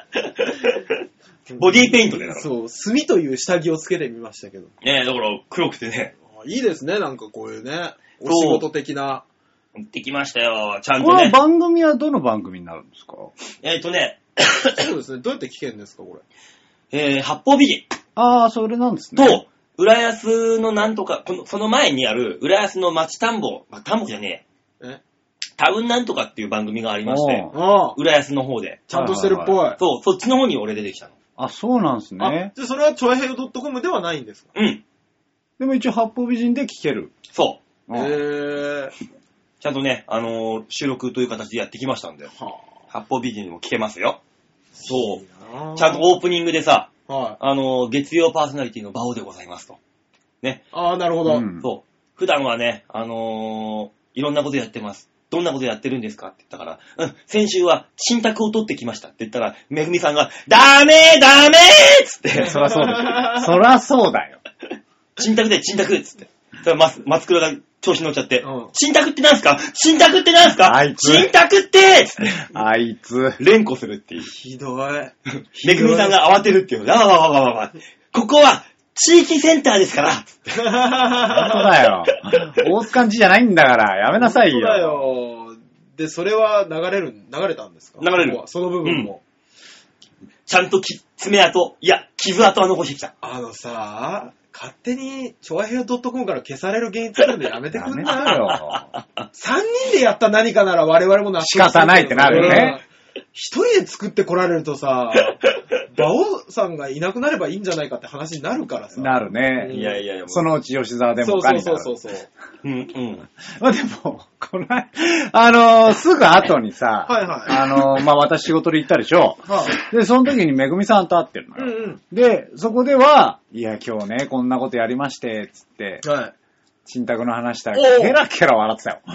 ボディーペイントでな。
そう、墨という下着をつけてみましたけど。
だから黒くてね。
いいですね、なんかこういうね、お仕事的な。
行ってきましたよ、ちゃんとね。
この番組はどの番組になるんですか？
そうですね、どうやって聞けるんですか、こ
れ。八方美人。
それなんですね。
と、浦安のなんとか、その前にある、浦安の町田んぼじゃねえ。タウンなんとかっていう番組がありまして、浦安の方で。
ちゃんとしてるっぽい。
そう、そっちの方に俺出てきたの。
そうなんですね。
じゃあそれはちょいへよ .com ではないんですか？
でも一応八方美人で聞ける。
そう。ちゃんとね、収録という形でやってきましたんで、八方美人も聞けますよ。そう。ちゃんとオープニングでさ、月曜パーソナリティの馬王でございますと。ね。
なるほど。
そう。普段はね、いろんなことやってます。どんなことやってるんですかって言ったから、先週は新宅を取ってきましたって言ったら、めぐみさんが、ダメーつって。
そらそうだよ。そらそうだよ。
新宅っつって。松倉が調子乗っちゃって、新宅ってなんすか新宅ってなんすか
あいつ。
新宅ってつって。
あいつ。
連呼するっていう。
ひどい。
めぐみさんが慌てるっていう。ここは、地域センターですから。
本当だよ。大塚んちじゃないんだから、やめなさいよ。
本当だよ。で、それは流れたんですか？
流れる。
その部分も。
ちゃんと爪痕、傷跡は残してきた。
さ、勝手に、ちょわへよ .com から消される原因作るのやめてくんなよ。3人でやった何かなら我々も
仕方ないってなるよね。
一人で作ってこられるとさ、馬王さんがいなくなればいいんじゃないかって話になるからさ。
なるね。
いや。
そのうち吉沢でもかになる。
そう。
まあでも、すぐ後にさ、私仕事で行ったでしょ。で、その時にめぐみさんと会ってるのよ。で、そこでは、いや、今日ね、こんなことやりまして、つって、新宅の話したら、ケラケラ笑ってたよ。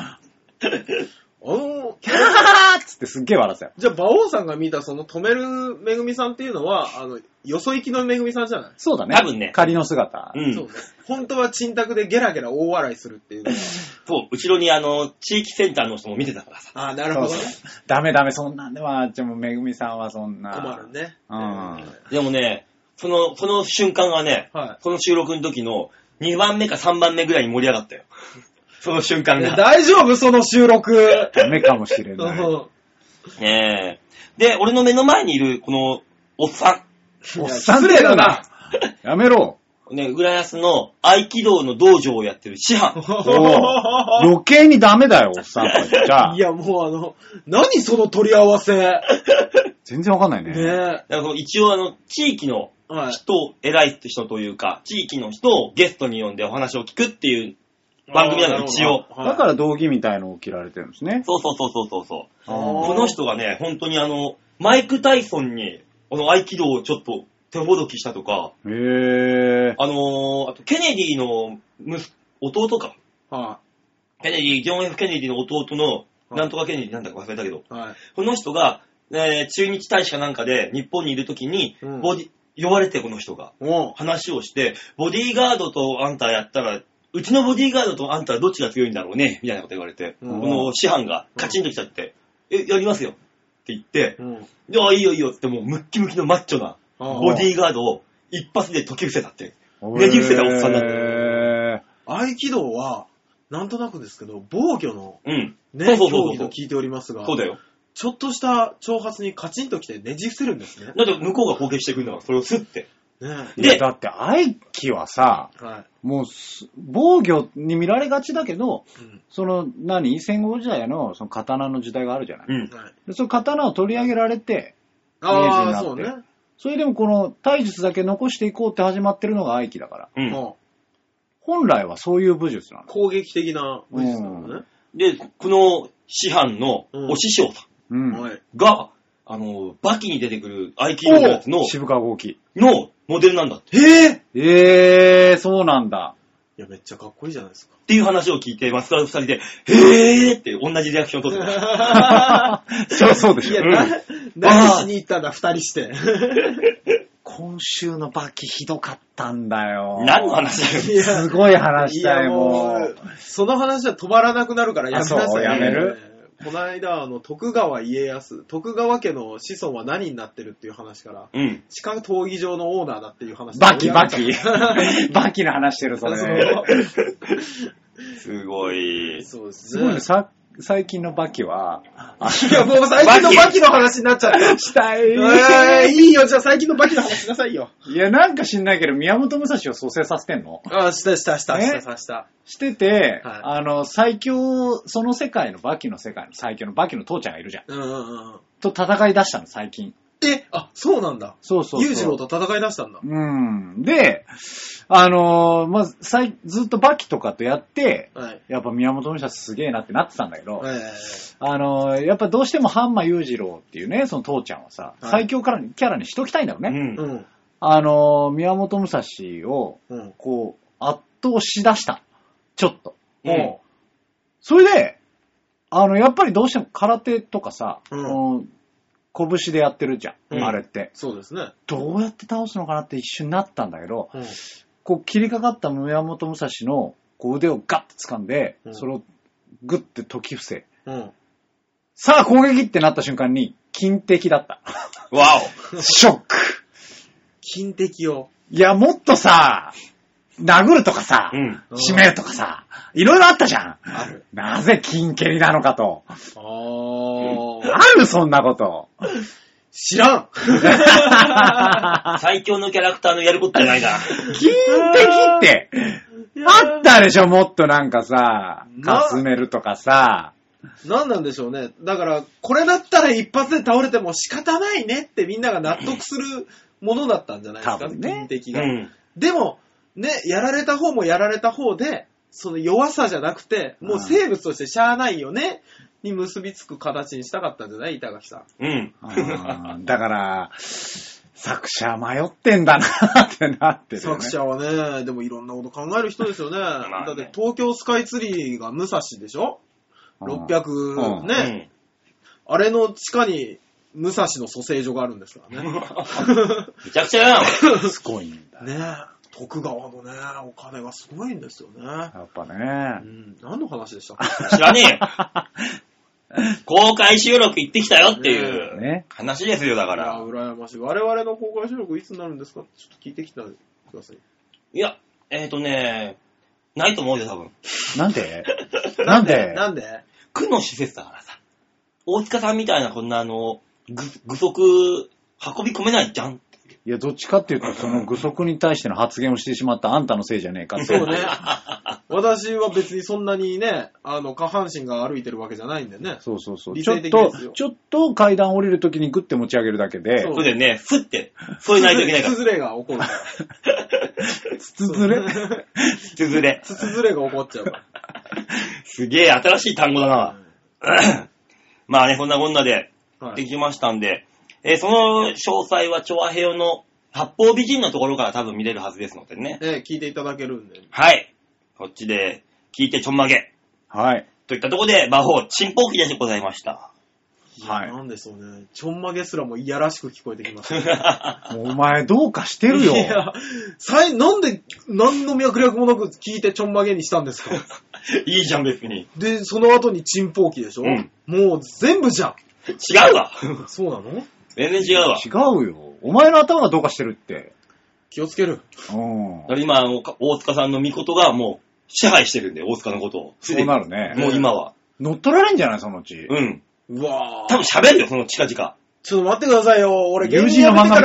キャーつってすっげえ笑ってたよ。
じゃあ、馬王さんが見たその止めるめぐみさんっていうのは、よそ行きのめぐみさんじゃない？
そうだね。
多分ね。
仮の姿。
そうね。本当は沈託でゲラゲラ大笑いするっていう。
そう、後ろに地域センターの人も見てたからさ。
なるほどね。
ダメ、そんなんでは、でもめぐみさんはそんな。
困るね。
でもね、 その瞬間がね、その収録の時の2番目か3番目ぐらいに盛り上がったよ。その瞬間が。
大丈夫その収録。
ダメかもしれない。
で、俺の目の前にいる、この、おっさん。
おっさんって言うな。やめろ。
ね、浦安の合気道の道場をやってる師範。
余計にダメだよ、おっさん。じゃあ。
いや、もう何その取り合わせ。
全然わかんないね。
だから一応地域の人、偉い人というか、地域の人をゲストに呼んでお話を聞くっていう番組なの、一応。
だから道着みたいのを着られてるんですね。
そう。この人がね、本当にマイク・タイソンに、合気道をちょっと手ほどきしたとか、あと、ケネディの弟か。ケネディ、ジョン・ F ・ケネディの弟の、なんとかケネディなんだか忘れたけど、この人が、駐日大使かなんかで日本にいるときに、呼ばれてこの人が、話をして、ボディーガードとあんたやったら、うちのボディーガードとあんたはどっちが強いんだろうねみたいなこと言われて、この師範がカチンと来ちゃって、やりますよって言って、いいよってもうムッキムキのマッチョなボディーガードを一発で解き伏せたって。ねじ伏せたおっさんだって。
合気道は、なんとなくですけど、防御の、
競
技と聞いておりますが、
そうだよ。
ちょっとした挑発にカチンと来てねじ伏せるんですね。
だって向こうが攻撃してくるんだから、それをスッて。
で、だって合気はさ、もう防御に見られがちだけど、戦後時代のその刀の時代があるじゃない。でその刀を取り上げられて、明治になって。そうね。それでもこの体術だけ残していこうって始まってるのが合気だから。本来はそういう武術なの。
攻撃的な武術なのね。
で、この師範のお師匠さんが、バキに出てくる合気道のやつの、
渋川豪輝
のモデルなんだって。
そうなんだ。
いや、めっちゃかっこいいじゃないですか。
っていう話を聞いて、マスカラ二人で、へーって同じリアクションを取ってた。
そうでしょ。
いや、何しに行ったんだ、二人して。
今週のバキひどかったんだよ。
何の話だよ。
すごい話だよ、もう。
その話は止まらなくなるからやめなさい。
そう、やめる？
この間、徳川家康、徳川家の子孫は何になってるっていう話から、地下闘技場のオーナーだっていう話。
バキ。バキの話してる、それ。
すごい。
そうですね。
すごい最近のバキは、
いや、もう最近のバキの話になっちゃった。
したい。
いいよ、じゃあ最近のバキの話しなさいよ。
いや、なんか知んないけど、宮本武蔵を蘇生させてんの？
した。
してて、最強、その世界のバキの世界の最強のバキの父ちゃんがいるじゃん。と戦い出したの、最近。
そうなんだ。
そう。
裕次郎と戦い出したんだ。
で、ずっとバキとかとやって、やっぱ宮本武蔵すげえなってなってたんだけど、やっぱどうしてもハンマ裕次郎っていうね、その父ちゃんはさ、最強キャラにしときたいんだろうね。宮本武蔵を、こう、圧倒しだした。ちょっと。それで、やっぱりどうしても空手とかさ、拳でやってるじゃん、あれって。
そうですね。
どうやって倒すのかなって一瞬なったんだけど、こう切りかかった宮本武蔵のこう腕をガッと掴んで、それをグッて解き伏せ。さあ攻撃ってなった瞬間に、金敵だった。
わお
ショック。
金敵を。
いや、もっとさ、殴るとかさ、締めるとかさ、いろいろあったじゃん。なぜ金蹴りなのかと。あるそんなこと。
知らん
最強のキャラクターのやることじゃないな。
金敵ってあったでしょ、もっとなんかさ、かすめるとかさ。
何なんでしょうね。だから、これだったら一発で倒れても仕方ないねってみんなが納得するものだったんじゃないですか、金敵が。でも、ね、やられた方もやられた方で、その弱さじゃなくて、もう生物としてしゃあないよね、に結びつく形にしたかったんじゃない板垣さ
ん。だから、作者迷ってんだなってなってる、ね。
作者はね、でもいろんなこと考える人ですよね。だって東京スカイツリーが武蔵でしょ ?600 ね、あれの地下に武蔵の蘇生所があるんですからね。
めちゃくちゃやん。
すごいんだ。
ね徳川のね、お金がすごいんですよね。
やっぱね。
何の話でした
知らねえよ。 公開収録行ってきたよっていう話ですよ、だから。
羨ましい。我々の公開収録いつになるんですか？ちょっと聞いてきてください。
いや、ないと思うよ、多分。
なんで
なんで
区の施設だからさ。大塚さんみたいなこんな具足運び込めないじゃん。
いや、どっちかっていうと、その具足に対しての発言をしてしまったあんたのせいじゃねえかって。
そうね。私は別にそんなにね、下半身が歩いてるわけじゃないんでね。
そう。ちょっと階段降りるときにグッて持ち上げるだけで。
そうだよね。ふって、そういうないといけないから。
つつずれが起こるから。
つつずれ
つつずれ。
つつずれが起こっちゃうから。
すげえ新しい単語だな。まあね、こんなこんなでできましたんで、その詳細はチョアヘヨの八方美人のところから多分見れるはずですのでね。
聞いていただけるんで。
はい。こっちで聞いてちょんまげ。
はい。
といったところで、魔法、チンポウキでございました。
はい。なんでそうね。ちょんまげすらもいやらしく聞こえてきました、
ね。お前どうかしてるよ。いや、
なんで何の脈絡もなく聞いてちょんまげにしたんですか？
いいじゃん別に。
で、その後にチンポウキでしょ？うん。もう全部じゃん。
違うわ。
そうなの？
全然違うわ。
違うよ。お前の頭がどうかしてるって。
気をつける。
今、大塚さんの御事がもう支配してるんで、大塚のことを。
そうなるね。
もう今は。
乗っ取られんじゃないそのうち。
うん。
うわぁ。
多分喋るよ、その近々。
ちょっと待ってくださいよ。俺芸人やめてから、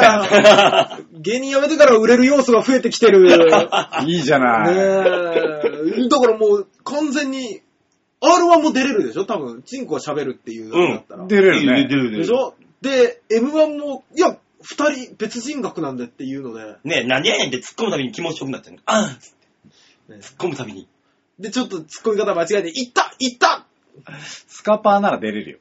芸人やめてから売れる要素が増えてきてる。
いいじゃない。
ねえ。だからもう完全に、R1 も出れるでしょ多分、チンコは喋るっていうのだったら。
出れるね。
出る。
でしょで、M1 も、いや、二人別人格なんでっていうので。
ねえ、何やねんって突っ込むたびに気持ちよくなってる。あんつって。突っ込むたびに。
で、ちょっと突っ込み方間違えて、いった
スカパーなら出れるよ。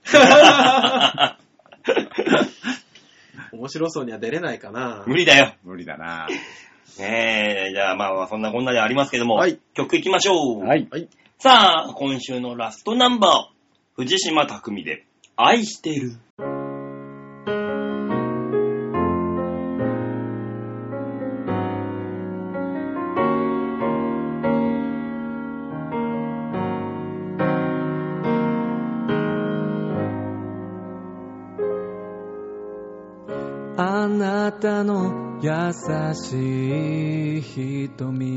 面白そうには出れないかな。
無理だよ。
無理だな。
ねえ、じゃあまあそんなこんなでありますけども、はい、曲いきましょう。
はい。
さあ、今週のラストナンバー、藤島匠で、愛してる。
あなたの優しい瞳、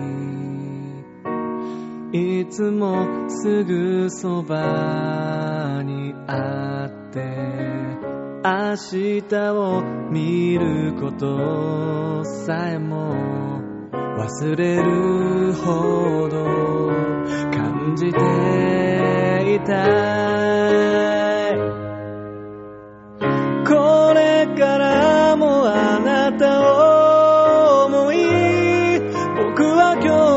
いつもすぐそばにあって明日を見ることさえも忘れるほど感じていたい。これからもあなたを思い、僕は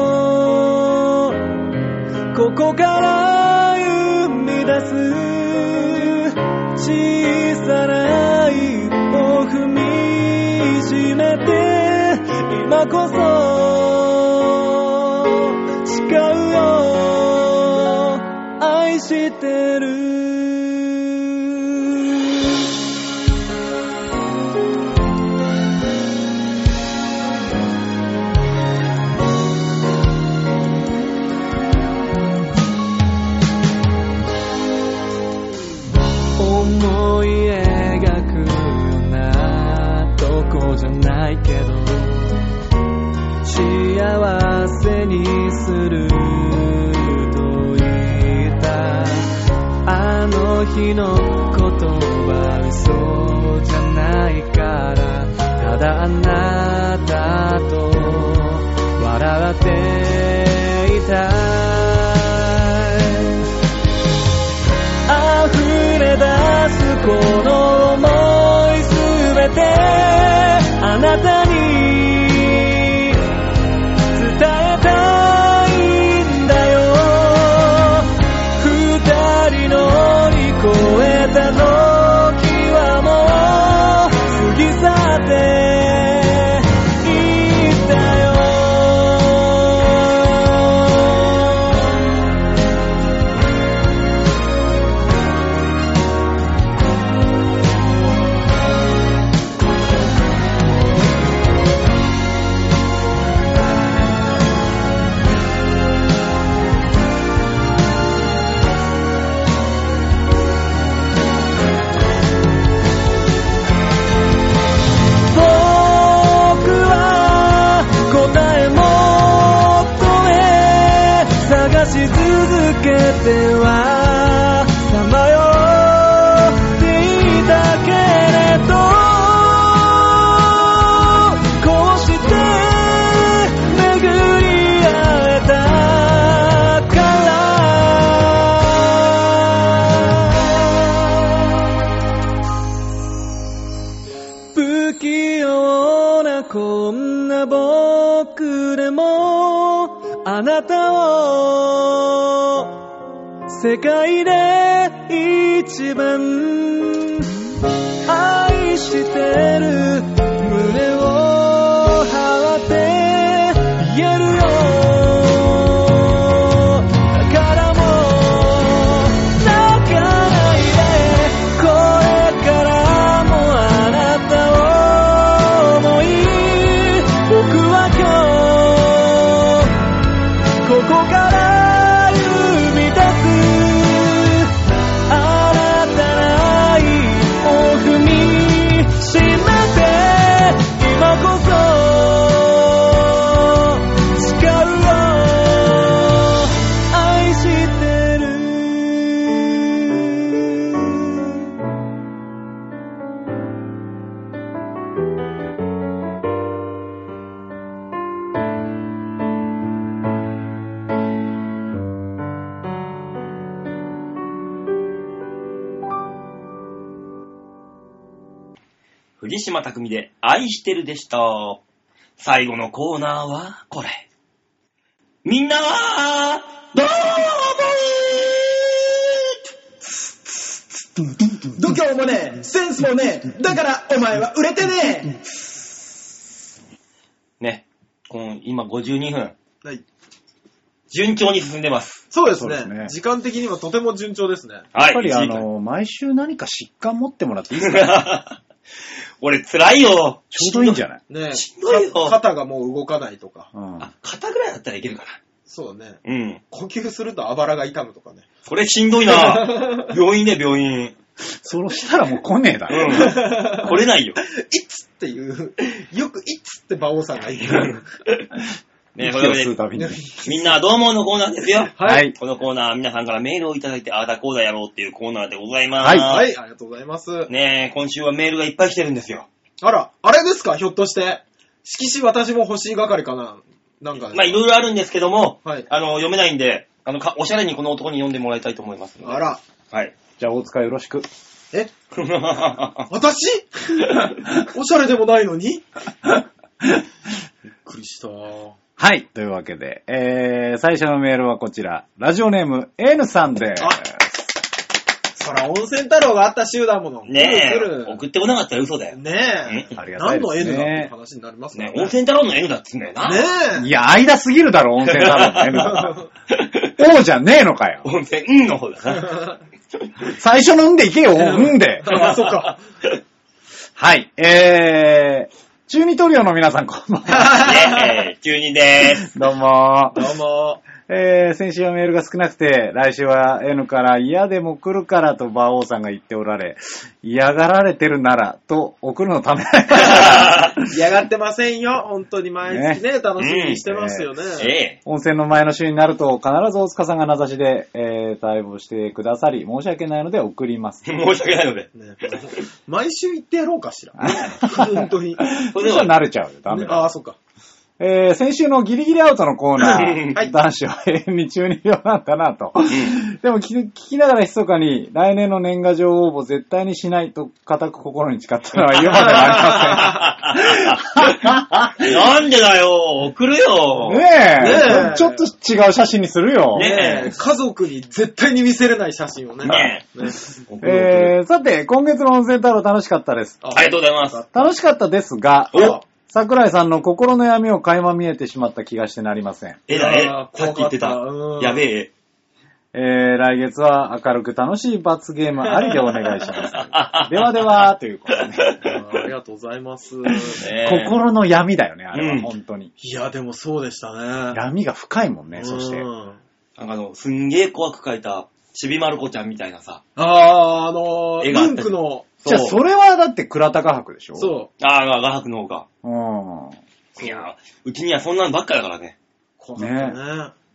今日ここから生み出す小さな一歩踏みしめて、今こそ誓うよ、愛してる。思い描くようなとこじゃないけど、幸せにすると言ったあの日のことは嘘じゃないから、ただあなたと笑っていたい。溢れ出すこの想いすべてあなたに伝えたいんだよ。二人乗り越えた時はもう過ぎ去っていったよ。 はさまよっていたけれど、こうして巡り会えたから不器用なこんな僕でもあなたを世界で一番愛してる胸を張って言えるよ。だからもう泣かないで、これからもあなたを思い、僕は今日ここから踏み出す。新たな一歩踏みしめて、今こそ誓うよ、愛してる。
藤島匠で愛してるでした。最後のコーナーはこれ。みんなはどうも
度胸もねえ、センスもねえ、だからお前は売れてね
え。ね、今52分。
はい。
順調に進んでます。
そうですね。時間的にはとても順調ですね。
はい。
やっぱり毎週何か疾患持ってもらっていいですか？
俺辛いよ。
ちょうどいいんじゃない？
ねえ。
しんどいよ。
肩がもう動かないとか。
あ、肩ぐらいだったらいけるかな。
そうね。
うん。
呼吸するとあばらが痛むとかね。
それしんどいな。病院で病院。
そうしたらもう来ねえだろ。
うん。来れないよ。
いつっていう、よくいつって馬王さんが言う。
ね、これでみんなどうものコーナーですよ。
はい。
このコーナーは皆さんからメールをいただいて、ああだこうだやろうっていうコーナーでございます。
はい。はい、ありがとうございます。
ねえ、今週はメールがいっぱい来てるんですよ。
あら、あれですかひょっとして。色紙私も欲しい係かななんか。
まあいろいろあるんですけども、
はい。
読めないんで、おしゃれにこの男に読んでもらいたいと思いますので。
あら。
はい。
じゃあ大塚よろしく。
え私おしゃれでもないのにびっくりした。
はい。というわけで、最初のメールはこちら。ラジオネーム N さんです。
そら温泉太郎があった週だもの。
ねえ、送ってこなかったら嘘だよ。
ねえ。
ありがたいですね。
何の N だって話になりますね。
温泉太郎の N だっつうんだよな。
ねえ。
いや、間すぎるだろ、温泉太郎の N だ。王じゃねえのかよ。
温泉、の方だな。
最初のんでいけよ、んで。
あ、そっか。
はい。中二トリオの皆さん、こんばんは。
中二でーす。
どうも。
どうも。
先週はメールが少なくて、来週は N から嫌でも来るからと馬王さんが言っておられ、嫌がられてるならと送るのため。
嫌がってませんよ。本当に毎月ね、楽しみにしてますよね。
温泉の前の週になると必ず大塚さんが名指しで、対応してくださり、申し訳ないので送ります。
申し訳ないので。
ね、毎週言ってやろうかしら。本当に。
それでは慣れちゃうよ。ダメだ。
ああ、そっか。
先週のギリギリアウトのコーナー、はい、男子は永遠に中二病なんだなと。でも聞きながら密かに来年の年賀状応募絶対にしないと固く心に誓ったのは言うまではありません。
なんでだよ、送るよ。
ねえ、ちょっと違う写真にするよ。
ねえ、家族に絶対に見せれない写真をね。
さて、今月の温泉太郎楽しかったです。
ありがとうございます。
楽しかったですが、桜井さんの心の闇を垣間見えてしまった気がしてなりません。
さっき言ってた。やべえ。
来月は明るく楽しい罰ゲームありでお願いします。ではでは、ということで。
ありがとうございます。
心の闇だよね、あれは、本当に。
いや、でもそうでしたね。
闇が深いもんね、そして。
すんげえ怖く描いた、ちびまる子ちゃんみたいなさ。
ムンクの。
じゃあ、それはだって倉高博でしょ？
そう。
画伯の方が。
い
や、うちにはそんなのばっかだからね。
怖かったね。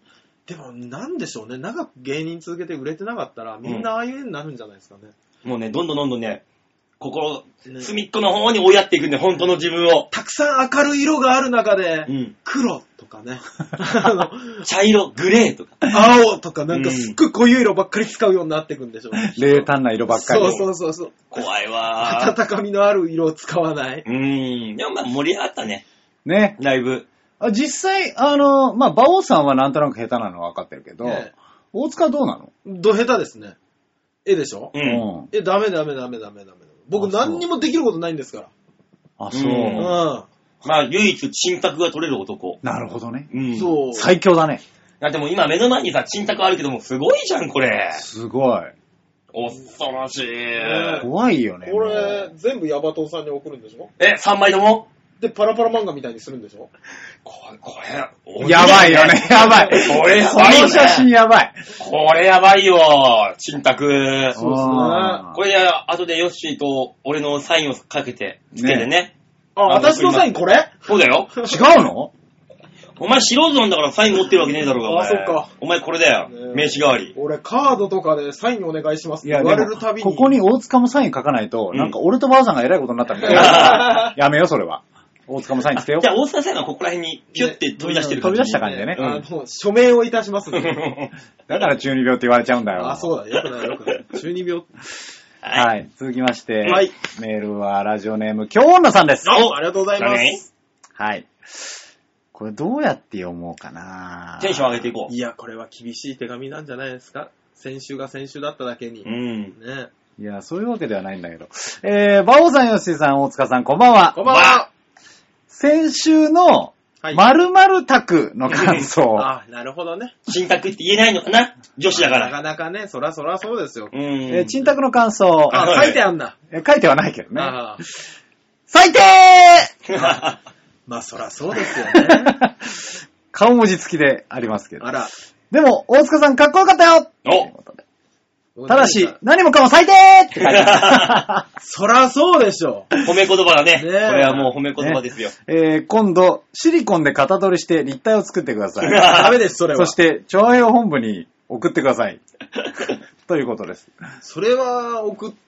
でも、なんでしょうね。長く芸人続けて売れてなかったら、みんなああいう絵になるんじゃないですかね。
もうね、どんどんね、心、隅っこの方に追いやっていくんで、本当の自分を。
たくさん明るい色がある中で、黒とかね。
茶色、グレーとか。
青とか、なんかすっごい濃い色ばっかり使うようになっていくんでしょうね。
冷淡な色ばっかり。
そう。
怖いわー。
温かみのある色を使わない。
でもまあ盛り上がったね。
ね。
だいぶ。
実際、まあ、馬王さんはなんとなく下手なのは分かってるけど、大塚はどうなの？
下手ですね。絵でしょ？ダメ。僕何にもできることないんですから。
あ、そう。ま
あ、唯一、沈託が取れる男。
なるほどね。
そう。
最強だね。
だってもう今目の前にさ、沈託あるけども、すごいじゃん、これ。
すごい。
恐ろしい。
怖いよね。
これ、全部ヤバトンさんに送るんでしょ
？3枚とも？
で、パラパラ漫画みたいにするんでしょ？
これ、
やばいよね、やばい。
これやばいよね。
この写真やばい。
これやばいよ、沈託。そうです
ね。
これで、後でヨッシーと俺のサインをかけて、つけてね。
私のサインこれ？
そうだよ。
違うの？
お前素人なんだからサイン持ってるわけねえだろうが。
そっか。
お前これだよ。名刺代わり。
俺カードとかでサインお願いしますって言われるたびに。
ここに大塚もサイン書かないと、なんか俺とばあさんが偉いことになったみたいな。やめよ、それは。大塚もサインつけよう。
じゃあ大塚さんがここら辺にピュッて飛び出してる
感じ。飛び出した感じでね。
署名をいたしますね。
だから中二病って言われちゃうんだよ。
そうだ。よくない。中二病。
はい。続きまして、メールはラジオネーム、京女さんです。
ありがとうございます。
はい。これどうやって読もうかな。
テンション上げていこう。
いや、これは厳しい手紙なんじゃないですか。先週が先週だっただけに。ね。
いや、そういうわけではないんだけど。馬王さん、吉井さん、大塚さん、こんばんは。
こんばんは。
先週の、〇〇宅の感想。
なるほどね。
沈託って言えないのかな？女子だから。
なかなかね、そらそうですよ。
沈託の感想。
書いてあんだ。
書いてはないけどね。最低
まあそらそうですよね。
顔文字付きでありますけど。
あら。
でも、大塚さんかっこよかったよということで。ただし、何もかも最低って書いてある。
そらそうでしょ。
褒め言葉だね。これはもう褒め言葉ですよ。
今度、シリコンで型取りして立体を作ってください。
ダメです、それは。
そして、調和用本部に送ってください。ということです。
それは送って、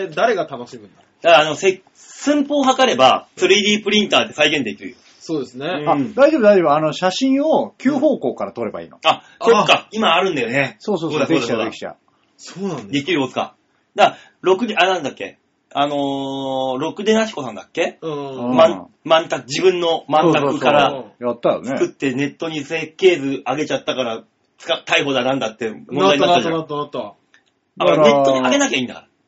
誰が楽しむんだ？
だから寸法を測れば 3D プリンターで再現できるよ。
そうですね。
大丈夫。写真を9方向から撮ればいいの。
そっか。今あるんだよね。
そう。できちゃう。
そうなんだ。
できる大塚。だから、なんだっけろくでなしこさんだっけ？自分の満卓から
やったよね。
作ってネットに設計図上げちゃったから、逮捕だなんだって問題になったじゃん。
なった。
ネットに上げなきゃいいんだから。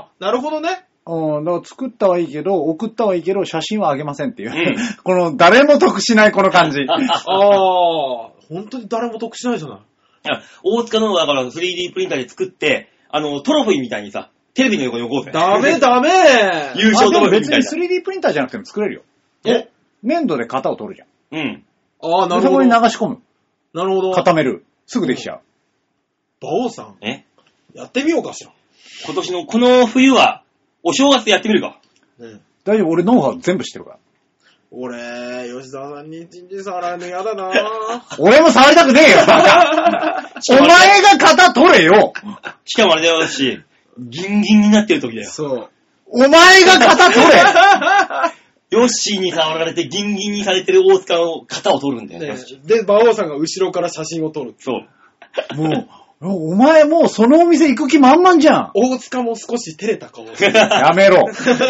なるほどね。
だから作ったはいいけど、送ったはいいけど、写真はあげませんっていう。この、誰も得しないこの感じ。
本当に誰も得しないじゃない。
大塚のだから 3D プリンターで作って、トロフィーみたいにさ、テレビの横に置こうぜ。
ダメ
優勝トロフィーみたいな。
別に 3D プリンターじゃなくても作れるよ。粘土で型を取るじゃん。
なる
ほど。
そこに流し込む。
なるほど。
固める。すぐできちゃう。
馬王さん。やってみようかしら。
今年のこの冬は、お正月でやってみるか。
大丈夫、俺ノウハウ全部知ってるから。
俺、吉沢さんに一日触られるの嫌だな
俺も触りたくねえよ、お前が型取れよ。
しかもあれだよし、ギンギンになってる時だよ。
そう。
お前が型取れ
ヨッシーに触られてギンギンにされてる大塚の型を取るんだよ。
で、馬王さんが後ろから写真を撮る。
そう。
もう、お前もうそのお店行く気満々じゃん。
大塚も少し照れた顔してる。
やめろ。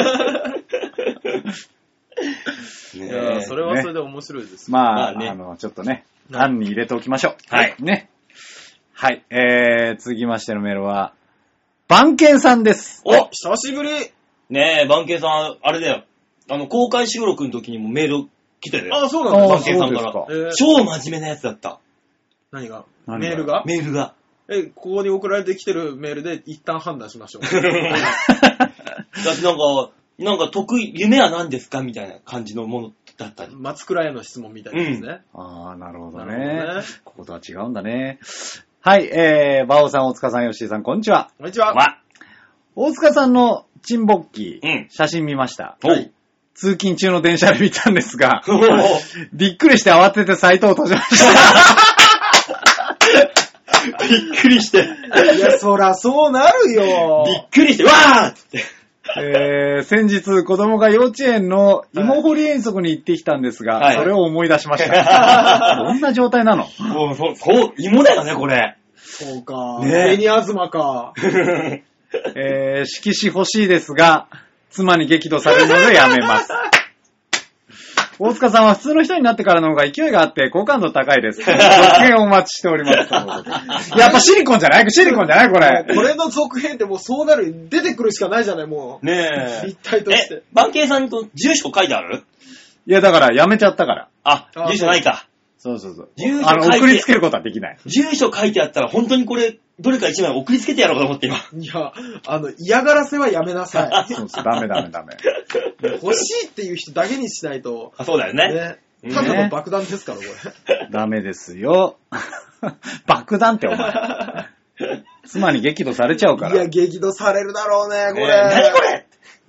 いやそれはそれで面白いです。
まあ、ちょっとね、案に入れておきましょう。
はい。
ね。はい。続きましてのメールは、番犬さんです。
久しぶり。
ねえ、番犬さん、あれだよ。公開収録の時にもメール来てたよ。
そうなんだ。
番犬さんから。超真面目なやつだった。
何が？メールが。ここに送られてきてるメールで一旦判断しましょう。だ
ってなんか夢は何ですかみたいな感じのものだったり。
松倉への質問みたいですね。
なるほどね。こことは違うんだね。はい、馬王さん、大塚さん、吉井さん、こんにちは。
こんにちは。
大塚さんのチンボッキー、写真見ました。通勤中の電車で見たんですが、びっくりして慌ててサイトを閉じました。
びっくりして。
いや、そらそうなるよ。
びっくりして、わーって。
先日子供が幼稚園の芋掘り遠足に行ってきたんですが、はい、それを思い出しました。どんな状態なの？
そう、芋だよね、これ。
そうか。上にあずまか。
色紙欲しいですが、妻に激怒されるのでやめます。大塚さんは普通の人になってからの方が勢いがあって好感度高いです。続編お待ちしております。やっぱシリコンじゃないこれ。
これの続編ってもうそうなる、出てくるしかないじゃない、もう。
ねえ。
立体として。
バンケイさんと住所書いてある？
いや、だからやめちゃったから。
あ、住所ないか。
そう。住所送りつけることはできない。
住所書いてあったら本当にこれ、どれか一枚送りつけてやろうかと思って今。
いや、嫌がらせはやめなさい。
そう、ダメ。
欲しいっていう人だけにしないと。
あ、そうだよね。
ただの爆弾ですから、これ。
ダメですよ。爆弾ってお前。妻に激怒されちゃうから。
いや、激怒されるだろうね、これ。
何これ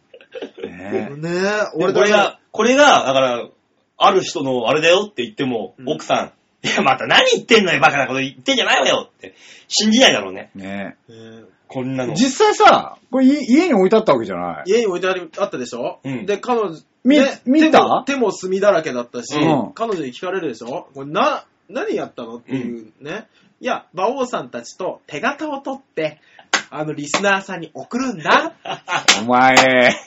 これが、だから、ある人のあれだよって言っても、奥さん、いや、また何言ってんのよ、バカなこと言ってんじゃないわよって、信じないだろうね。
ね
こんなの。
実際さ、これ家に置いてあったわけじゃない？
家に置いてあったでしょ？うん。で、彼女、
見た？
手も墨だらけだったし、彼女に聞かれるでしょ？これ何やったのっていうね。いや、馬王さんたちと手形を取って、リスナーさんに送るんだ。
お前。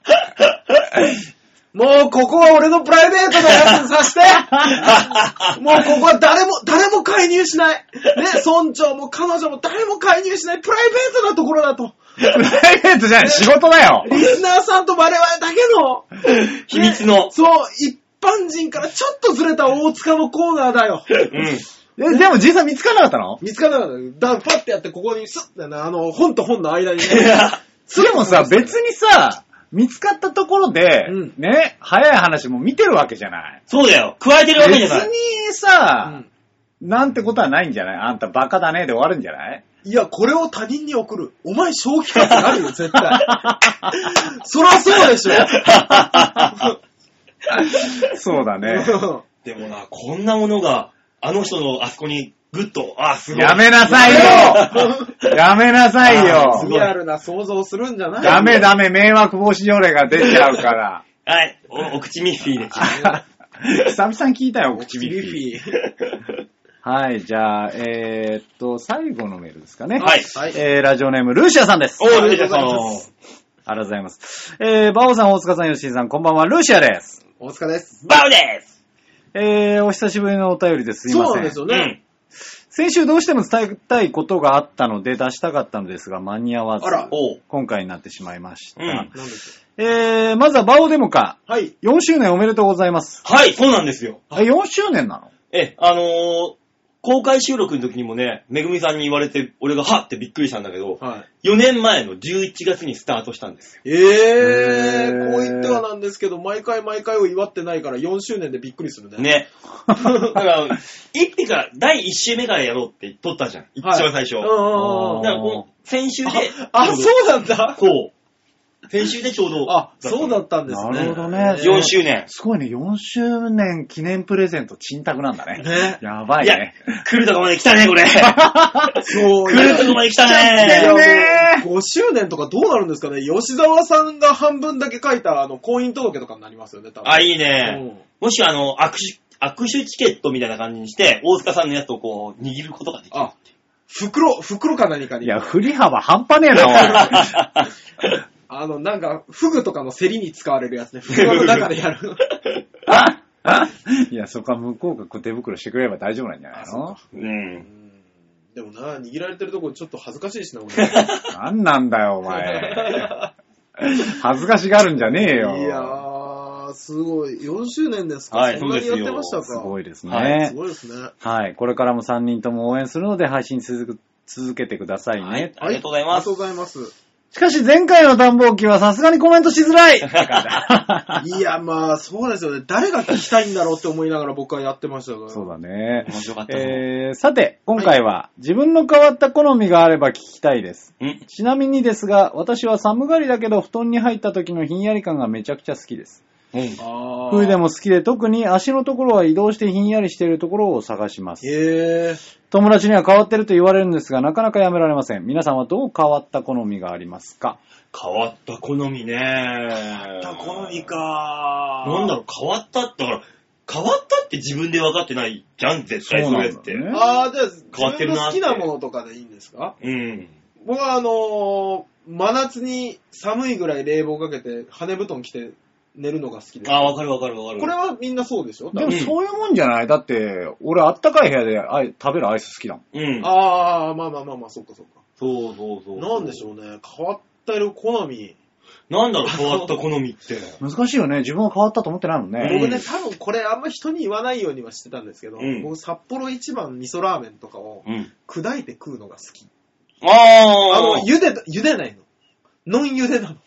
もうここは俺のプライベートなやつにさしてもうここは誰も介入しない。ね、村長も彼女も誰も介入しないプライベートなところだと。
プライベートじゃない、仕事だよ。
リスナーさんと我々だけの、
秘密の。
そう、一般人からちょっとずれた大塚のコーナーだよ。
うん。でも実際見つからなかったの？
見つからなかった。パッてやってここにスッてね、本と本の間にね。
でもさ、別にさ、見つかったところで、ね、早い話も見てるわけじゃない。
そうだよ。加えてるわけじゃない。
別にさ、なんてことはないんじゃない？あんたバカだねで終わるんじゃない？
いや、これを他人に送る。お前正気かってなるよ、絶対。そらそうでしょ。
そうだね。
でもな、こんなものが、あの人のあそこにグッと、すごい。
やめなさいよやめなさいよ
リアルな想像するんじゃない？
ダメ、迷惑防止条例が出ちゃうから。
はい、お口ミッフィーで。
久々に聞いたよ、お口ミッフィー。はい、じゃあ、最後のメールですかね。
はい。
ラジオネーム、ルーシアさんです。
ルーシアさん。
ありがとうございます。バオさん、大塚さん、吉井さん、こんばんは、ルーシアです。
大塚です。
バオです。
お久しぶりのお便りですいません。
そうなんですよね。
先週どうしても伝えたいことがあったので出したかったのですが間に合わず、今回になってしまいました。まずはバオデモカ。
はい。
4周年おめでとうございます。
はい、そうなんですよ。
4周年なの？
公開収録の時にもね、めぐみさんに言われて、俺がはってびっくりしたんだけど、4年前の11月にスタートしたんですよ。
こう言ってはなんですけど、毎回を祝ってないから4周年でびっくりするね。
ね。だから、第1週目からやろうって撮ったじゃん。一番最初。だから先週で。
そうなんだ。
そう。先週でちょうど。
そうだったんですね。
なるほどね。
4周年。
すごいね、4周年記念プレゼント、チンタクなんだね。ね。やばいね。
いや、来るとこまで来たね、これ。
そう。
来るとこまで来たね。
5周年とかどうなるんですかね。吉沢さんが半分だけ書いた、婚姻届とかになりますよね、多分。
いいね。もし握手チケットみたいな感じにして、大塚さんのやつをこう、握ることができる。袋か何かに。
いや、振り幅半端ねえな、
おい。なんか、フグとかの競りに使われるやつね。袋の中でやる。
いや、そこは向こうが手袋してくれれば大丈夫なんじゃないの？
でもな、握られてるとこちょっと恥ずかしいしな、俺。
なんなんだよ、お前。恥ずかしがるんじゃねえよ。
いやー、すごい。4周年ですか？そんなにやってましたか？
すごいですね。
すごいですね。
はい。これからも3人とも応援するので配信続けてくださいね。
ありがとうございます。
ありがとうございます。
しかし前回の暖房機はさすがにコメントしづらい。
いや、まあ、そうですよね。誰が聞きたいんだろうって思いながら僕はやってましたから。
そうだね。面白かった。さて、今回は、自分の変わった好みがあれば聞きたいです。ちなみにですが、私は寒がりだけど布団に入った時のひんやり感がめちゃくちゃ好きです。 冬でも好きで、特に足のところは移動してひんやりしているところを探します。友達には変わってると言われるんですが、なかなかやめられません。皆さんはどう変わった好みがありますか？
変わった好みね。
変わった好みか。
なんだろう、変わったってだから、変わったって自分で分かってないじゃん、絶対それって。
じゃあ、変わってるなって。自分の好きなものとかでいいんですか？
うん。
僕は真夏に寒いぐらい冷房かけて、羽布団着て寝るのが好きです。
わかる。こ
れはみんなそうでしょ？
でもそういうもんじゃない？だって、俺あったかい部屋で食べるアイス好きだもん。
うん。まあ、そっか。
そう。
なんでしょうね。変わってる好み。
なんだろう、変わった好みって。
難しいよね。自分は変わったと思ってないもんね。
僕ね、多分これあんま人に言わないようにはしてたんですけど、僕札幌一番味噌ラーメンとかを砕いて食うのが好き。茹でないの。ノン茹でなの。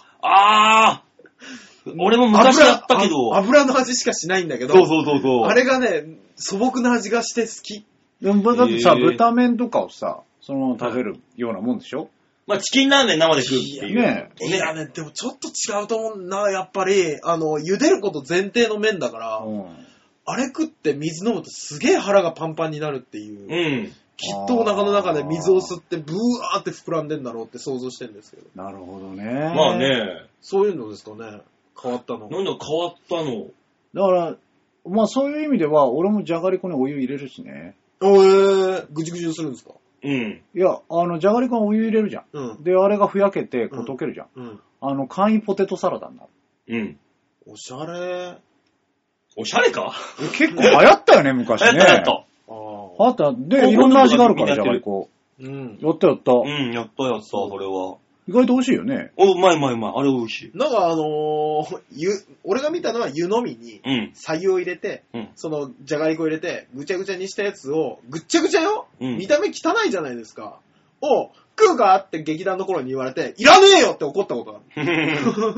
俺も昔やったけど。
油の味しかしないんだけど。
そう。
あれがね、素朴な味がして好き。
でもだってさ、豚麺とかをさ、そのまま食べるようなもんでしょ？
まあ、チキンラーメン生で食うっていう。
いやね、でもちょっと違うと思うな、やっぱり。茹でること前提の麺だから、あれ食って水飲むとすげえ腹がパンパンになるっていう。きっとお腹の中で水を吸ってブワーって膨らんでんだろうって想像してるんですけど。
なるほどね。
まあね。
そういうのですかね。変わったの。
なんだ変わったの。
だから、まあそういう意味では、俺もじゃがりこにお湯入れるしね。
ぐじゅぐじゅするんですか？
いや、じゃがりこにお湯入れるじゃん。で、あれがふやけて、溶けるじゃん。簡易ポテトサラダになる。
おしゃれ。
おしゃれか？
結構流行ったよね、昔ね。
流行った。
あった。で、いろんな味があるから、じゃがりこ。やった。
やった、それは。
意外と美味しいよね。
うまい。あれ美味しい。
なんか俺が見たのは湯飲みに、白湯を入れて、その、じゃがりこ入れて、ぐちゃぐちゃにしたやつを、ぐっちゃぐちゃよ、見た目汚いじゃないですか。食うかって劇団の頃に言われて、いらねえよって怒ったことがある。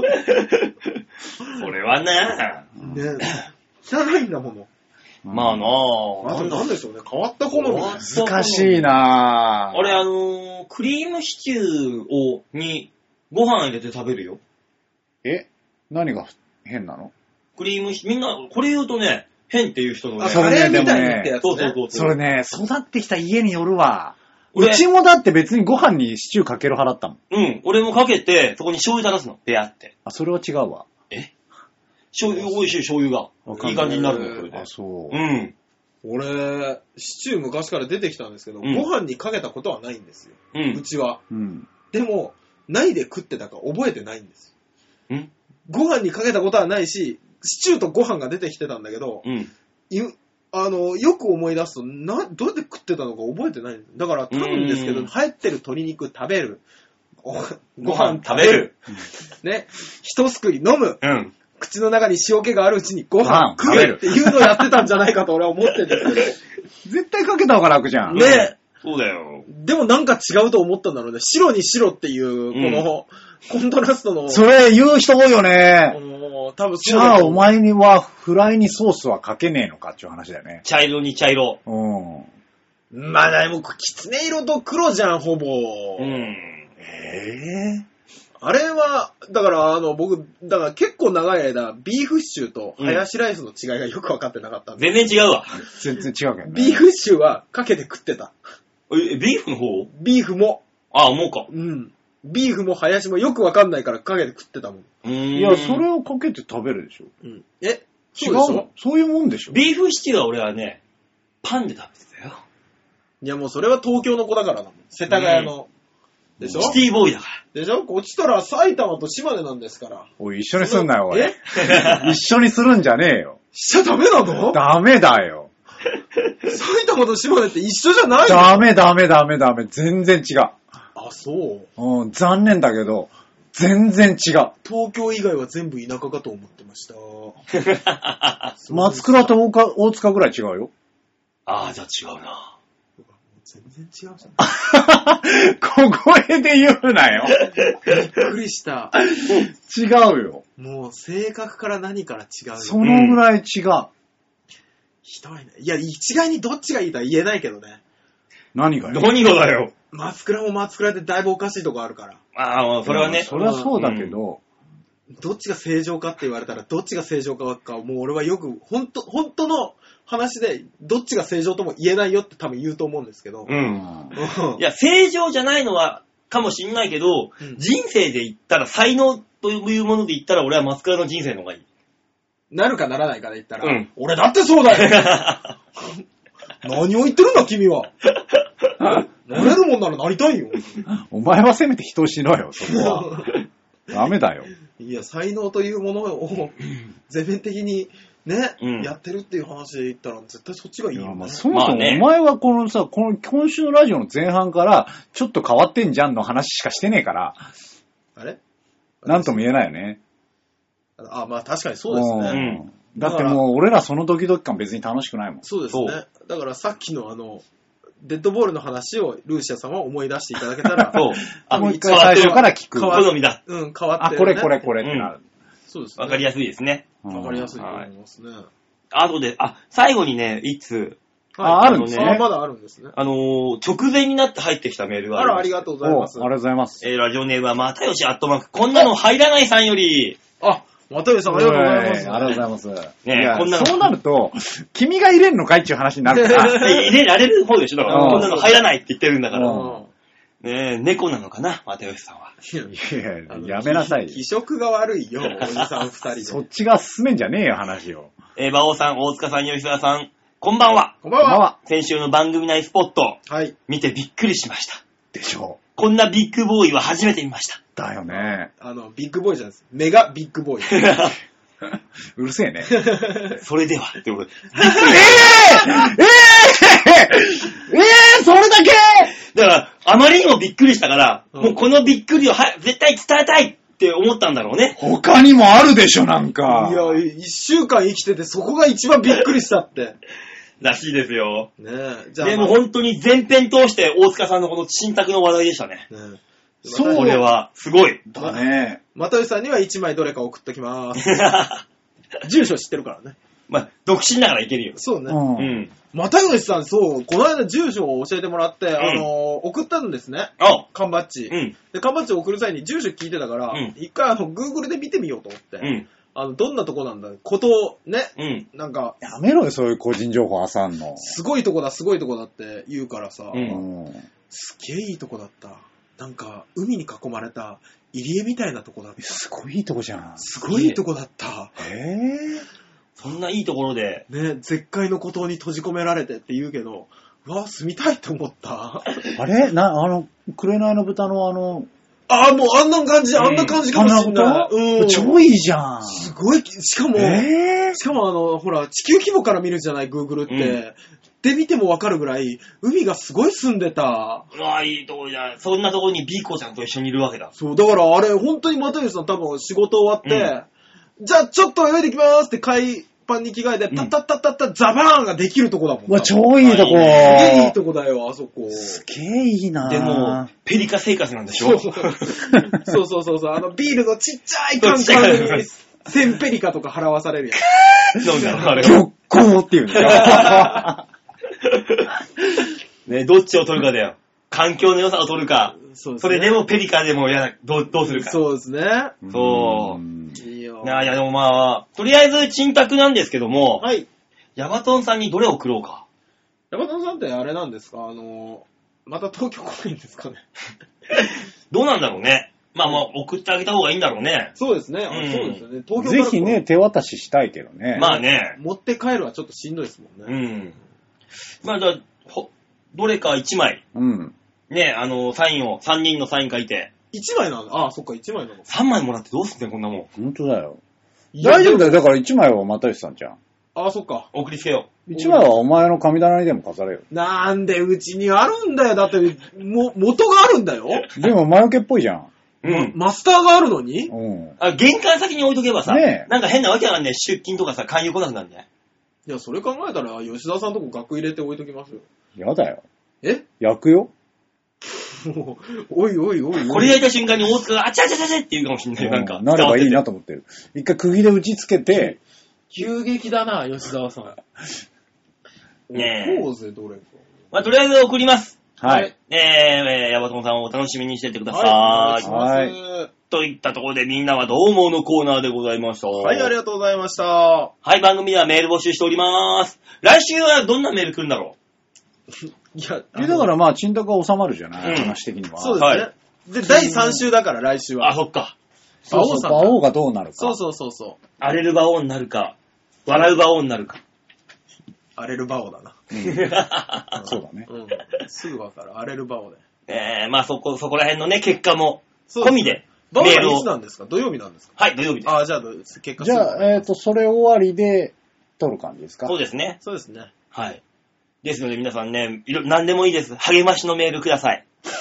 これはね。
汚いんだもの。
まあな
ぁ。なんでしょうね。変わった好み。
難しいなぁ。
俺クリームシチューにご飯入れて食べるよ。
何が変なの？
みんな、これ言うとね、変っていう人のね。
カレーみたいにってやつね。
そう。
それね、育ってきた家によるわ。うちもだって別にご飯にシチューかける派だったも
ん。俺もかけて、そこに醤油垂らすの。ベアって。
それは違うわ。
醤油、美味しい醤油が。いい感じになるの、それで。
そう。
俺、シチュー昔から出てきたんですけど、ご飯にかけたことはないんですよ。うちは。でも、何で食ってたか覚えてないんですよ。ご飯にかけたことはないし、シチューとご飯が出てきてたんだけど、よく思い出すと、どうやって食ってたのか覚えてないんです。だから多分ですけど、入ってる鶏肉食べる。ご飯食べる。ね。一すくり飲む。口の中に塩気があるうちにご飯食えるっていうのをやってたんじゃないかと俺は思ってるんですけど。
絶対かけた方が楽じゃん。
ね。
そうだよ。
でもなんか違うと思ったんだろうね。白に白っていう、この、コントラストの。
それ言う人多いよね。
多分
じゃあお前にはフライにソースはかけねえのかっていう話だよね。
茶色に茶色。
まあでも、きつね色と黒じゃん、ほぼ。あれは、だから僕、だから結構長い間、ビーフシチューとハヤシライスの違いがよく分かってなかったんで。
全然違うわ。
全然違うけどね。
ビーフシチューはかけて食ってた。
ビーフの方？
ビーフも。
もうか。
ビーフもハヤシもよく分かんないからかけて食ってたもん。
いや、それをかけて食べるでしょ。
違うの？
そういうもんでしょ。
ビーフシチューは俺はね、パンで食べてたよ。
いやもうそれは東京の子だからな。世田谷の。でしょ？
シティボーイだから。
でしょ？こっちとら埼玉と島根なんですから。
おい、一緒にすんなよ、おい。一緒にするんじゃねえよ。
しちゃダメなの？
ダメだよ。
埼玉と島根って一緒じゃないの？
ダメ。全然違う。
そう。
残念だけど、全然違う。
東京以外は全部田舎かと思ってました。
松倉と大塚ぐらい違うよ。
じゃあ違うな。
全然違うじゃん。
小声で言うなよ。
びっくりした。
違うよ。
もう性格から何から違うよ。
そのぐらい違う。
ひどいね。いや、一概にどっちがいいとは言えないけどね。
何が
だよ。
松倉も松倉でだいぶおかしいとこあるから。
それはね。
それはそうだけど、
どっちが正常かって言われたら、どっちが正常か、もう俺はよく、本当の話で、どっちが正常とも言えないよって多分言うと思うんですけど。
うん。いや、正常じゃないのは、かもしんないけど、人生で言ったら、才能というもので言ったら、俺は松倉の人生の方がいい。
なるかならないかで言ったら、俺だってそうだよ何を言ってるんだ君は。なれるもんならなりたいよ。
お前はせめて人をしろよ、そこは。ダメだよ。
いや、才能というものを全面的にね、やってるっていう話で言ったら絶対そっちがいいよね。
そもそもお前はこのさ、今週のラジオの前半からちょっと変わってんじゃんの話しかしてねえから。
あれ
なんとも言えないよね。
まあ確かにそうですね。
だってもう俺らそのドキドキ感別に楽しくないもん。
そうですね。だからさっきのデッドボールの話をルーシアさんは思い出していただけたら、
も
う一回最初から聞く。
好みだ。
変わって
る、ね。これってなる。
そうですね。
わかりやすいですね。
わかりやすいと思いますね。
あとで、最後にね、いつ、
あるんですね。まだあるんですね。
直前になって入ってきたメールがあります。
ありがとうございます。
ありがとうございます。
ラジオネームはまたよしこんなの入らないさんより、
またよしさんありがとうございます。
ありがとうございます。
ねこんなの。
そうなると、君が入れんのかいっていう話になるから。
入れられる方でしょだから、こんなの入らないって言ってるんだから。ね猫なのかなまたよしさんは。
いや、やめなさい。
気色が悪いよ、おじさん二人で。
そっちが進めんじゃねえよ、話を。
馬王さん、大塚さん、吉沢さん、こんばんは。
こんばんは。
先週の番組内スポット。
はい。
見てびっくりしました。
でしょう。
こんなビッグボーイは初めて見ました。
だよね。
ビッグボーイじゃないです。メガビッグボーイ。
うるせえね。
それでは、ってことで。
それだけ
だから、あまりにもびっくりしたから、もうこのびっくりを絶対伝えたいって思ったんだろうね。
他にもあるでしょ、なんか。
いや、1週間生きててそこが一番びっくりしたって。
らしいですよ。
ねえ。じゃあ、
でも本当に全編通して大塚さんのこの新作の話題でしたね。そう。これは、すごい。
だね。
又吉さんには1枚どれか送っときまーす。住所知ってるからね。
まあ、独身だからいけるよ。
そうね。又吉さん、そう、この間住所を教えてもらって、送ったんですね。缶バッジ。で、缶バッジを送る際に住所聞いてたから、一回Google で見てみようと思って。どんなとこなんだことをね、なんか。
やめろよ、そういう個人情報挟んの。
すごいとこだって言うからさ、すげえいいとこだった。なんか、海に囲まれた入り江みたいなとこだった。
すごいいいとこじゃん。
すごいいいとこだった。
そんないいところで。
ね、絶海の孤島に閉じ込められてって言うけど、住みたいって思った。
あれ紅の豚のもう
あんな感じかもしんない。
超いいじゃん。
すごい、しかも、ほら、地球規模から見るじゃない、Google って。で見てもわかるぐらい、海がすごい澄んでた。
いいとこじゃん。そんなとこにビーコちゃんと一緒にいるわけだ。
そう、だからあれ、本当に又吉さん多分仕事終わって、じゃあちょっと泳いできますって海パンに着替えて、タッタッタッタッタザバーンができるとこだもん。
超いいとこ。
すげえいいとこだよ、あそこ。
すげえいいな。
でも、ペリカ生活なんでしょ？
そう。ビールのちっちゃいカンカンに、1000ペリカとか払わされるや
つ。そうだよ、あれ。
玉光っていうんだよ。
ね、どっちを取るかだよ。環境の良さを取るか。それでもペリカでもどうするか。
そうですね。
そう。いや、でもまあ、とりあえず沈託なんですけども、
はい。
ヤバトンさんにどれを送ろうか。
ヤバトンさんってあれなんですかまた東京来ないんですかね。
どうなんだろうね。まあ送ってあげた方がいいんだろうね。
そうですね。そうですよね。
東京からぜひね、手渡ししたいけどね。
まあね。
持って帰るはちょっとしんどいですもんね。
まあじゃあ、どれか1枚。ね、サインを、3人のサイン書いて。
1枚なの？そっか、1枚なの。
3枚もらってどうすんねん、こんなもん。
ほんとだよ。大丈夫だよ。だから1枚は又吉さんじゃん。
そっか。
送りつけよ
う。1枚はお前の神棚にでも飾れよ。
なんでうちにあるんだよ。だって、元があるんだよ。
でも魔除けっぽいじゃん。
マスターがあるのに？
玄関先に置いとけばさ、なんか変なわけがね、出勤とかさ、勧誘来なくなるんね。
いや、それ考えたら、吉田さんとこ額入れて置いときますよ。
やだよ。焼くよ。
おい。
これ焼いた瞬間に大塚があちゃちゃちゃちゃって言うかもしんない。なんか。
なればいいなと思ってる。一回釘で打ちつけて。
急激だな、吉沢さん。
ねえ。
ポーズでどれか。
まあ、とりあえず送ります。
はい。
ヤバトンさんをお楽しみにしててください。
はい。
といったところでみんなはどう思うのコーナーでございました。
はい、ありがとうございました。は
い、番組ではメール募集しております。来週はどんなメール来るんだろ
う。いや、だからまあ、沈託が収まるじゃない、話的には。
そうですね。はい、で、第3週だから来週は。
あ、そっか。
馬王がどうなるか。
そう。
荒れる馬王になるか、笑う馬王になるか。
荒れる馬王だな。
そうだね。
すぐわかる。荒れる馬王で。
まあそこら辺のね、結果も込みで。
馬王はいつなんですか？土曜日なんですか？
はい、土曜日です。
あ、じゃあ、結果
じゃあ、それ終わりで撮る感じですか？
そうですね。
そうですね。
はい。ですので皆さんね、何でもいいです。励ましのメールください。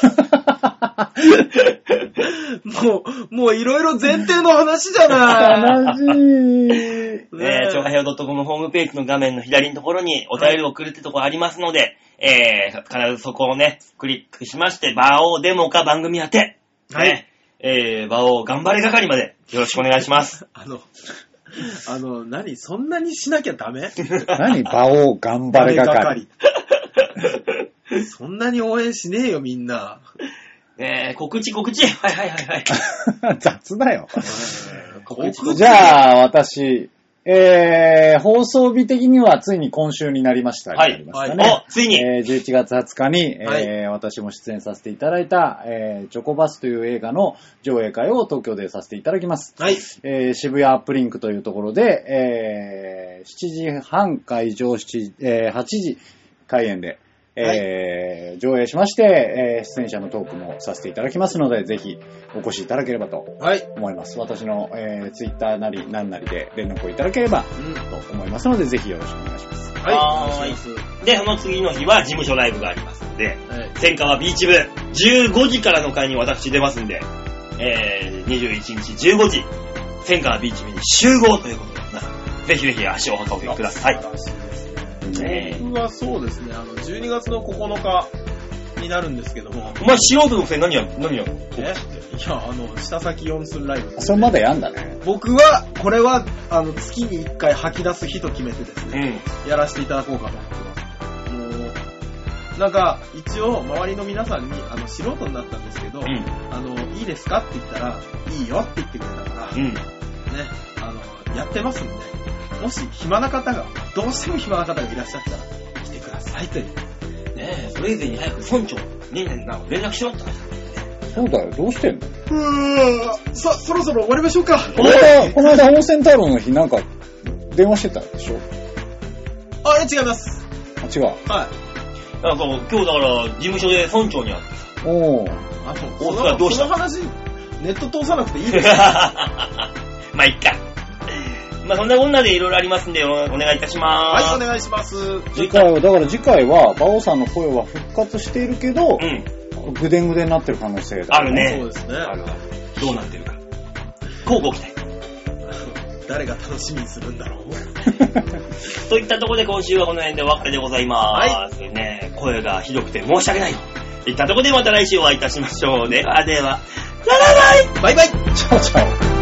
もういろいろ前提の話じゃない。
悲しい。
超はやよ .com ホームページの画面の左のところにお便りを送るってところありますので、必ずそこをね、クリックしまして、馬王デモか番組宛て、
はい。
馬王頑張れ係までよろしくお願いします。
そんなにしなきゃダメ？
何馬王頑張れ係。
そんなに応援しねえよ、みんな。
告知。はい。
雑だよ。じゃあ、私、放送日的にはついに今週になりました。
はい。ついに。
11月20日に、私も出演させていただいた、チョコバスという映画の上映会を東京でさせていただきます。
はい。
渋谷アップリンクというところで、7時半会場、8時開演で、上映しまして、出演者のトークもさせていただきますので、ぜひお越しいただければと思います。私の、ツイッターなり何なりで連絡をいただければと思いますので、ぜひよろしくお願いします。
はい。で、その次の日は事務所ライブがありますので、千川ビーチ部、15時からの会に私出ますんで、21日15時、千川ビーチ部に集合ということで、皆さん、ぜひぜひ足を運んでください。
僕はそうですね、12月の9日になるんですけども。
お前素人のくせに何やるの？
いや、下先4寸ライブ。
それまだやんだね。
僕は、これは、月に1回吐き出す日と決めてですね、やらせていただこうかと思ってます。なんか、一応、周りの皆さんに、素人になったんですけど、いいですかって言ったら、いいよって言ってくれたから、ね、やってますんで、もし暇な方が、どうしても暇な方がいらっしゃったら、来てくださいという。
ねえ、それ以前に早く村長に連絡しろって話だね。
そうだよ、どうしてんの？
そろそろ終わりましょうか。
この間温泉太郎の日なんか、電話してたでしょ？
あれ違います。
違う。
はい。
なんか今日だから事務所で村長に会ってさ。
おー。
その話、ネット通さなくていいです
まあ、いっか。まあ、そんなこんなでいろいろありますんで、お願いいたします。
はい、お願いします。
次回は、馬王さんの声は復活しているけど、ぐでんぐでになってる可能性だ、
あるね。
そうですね。
どうなってるか。こうご期待。
誰が楽しみにするんだろう。
といったところで今週はこの辺でお別れでございます。はい。ね、声がひどくて申し訳ない。といったところでまた来週お会いいたしましょう。ではでは、バイバイ。
バイバイ。
チャオチャオ。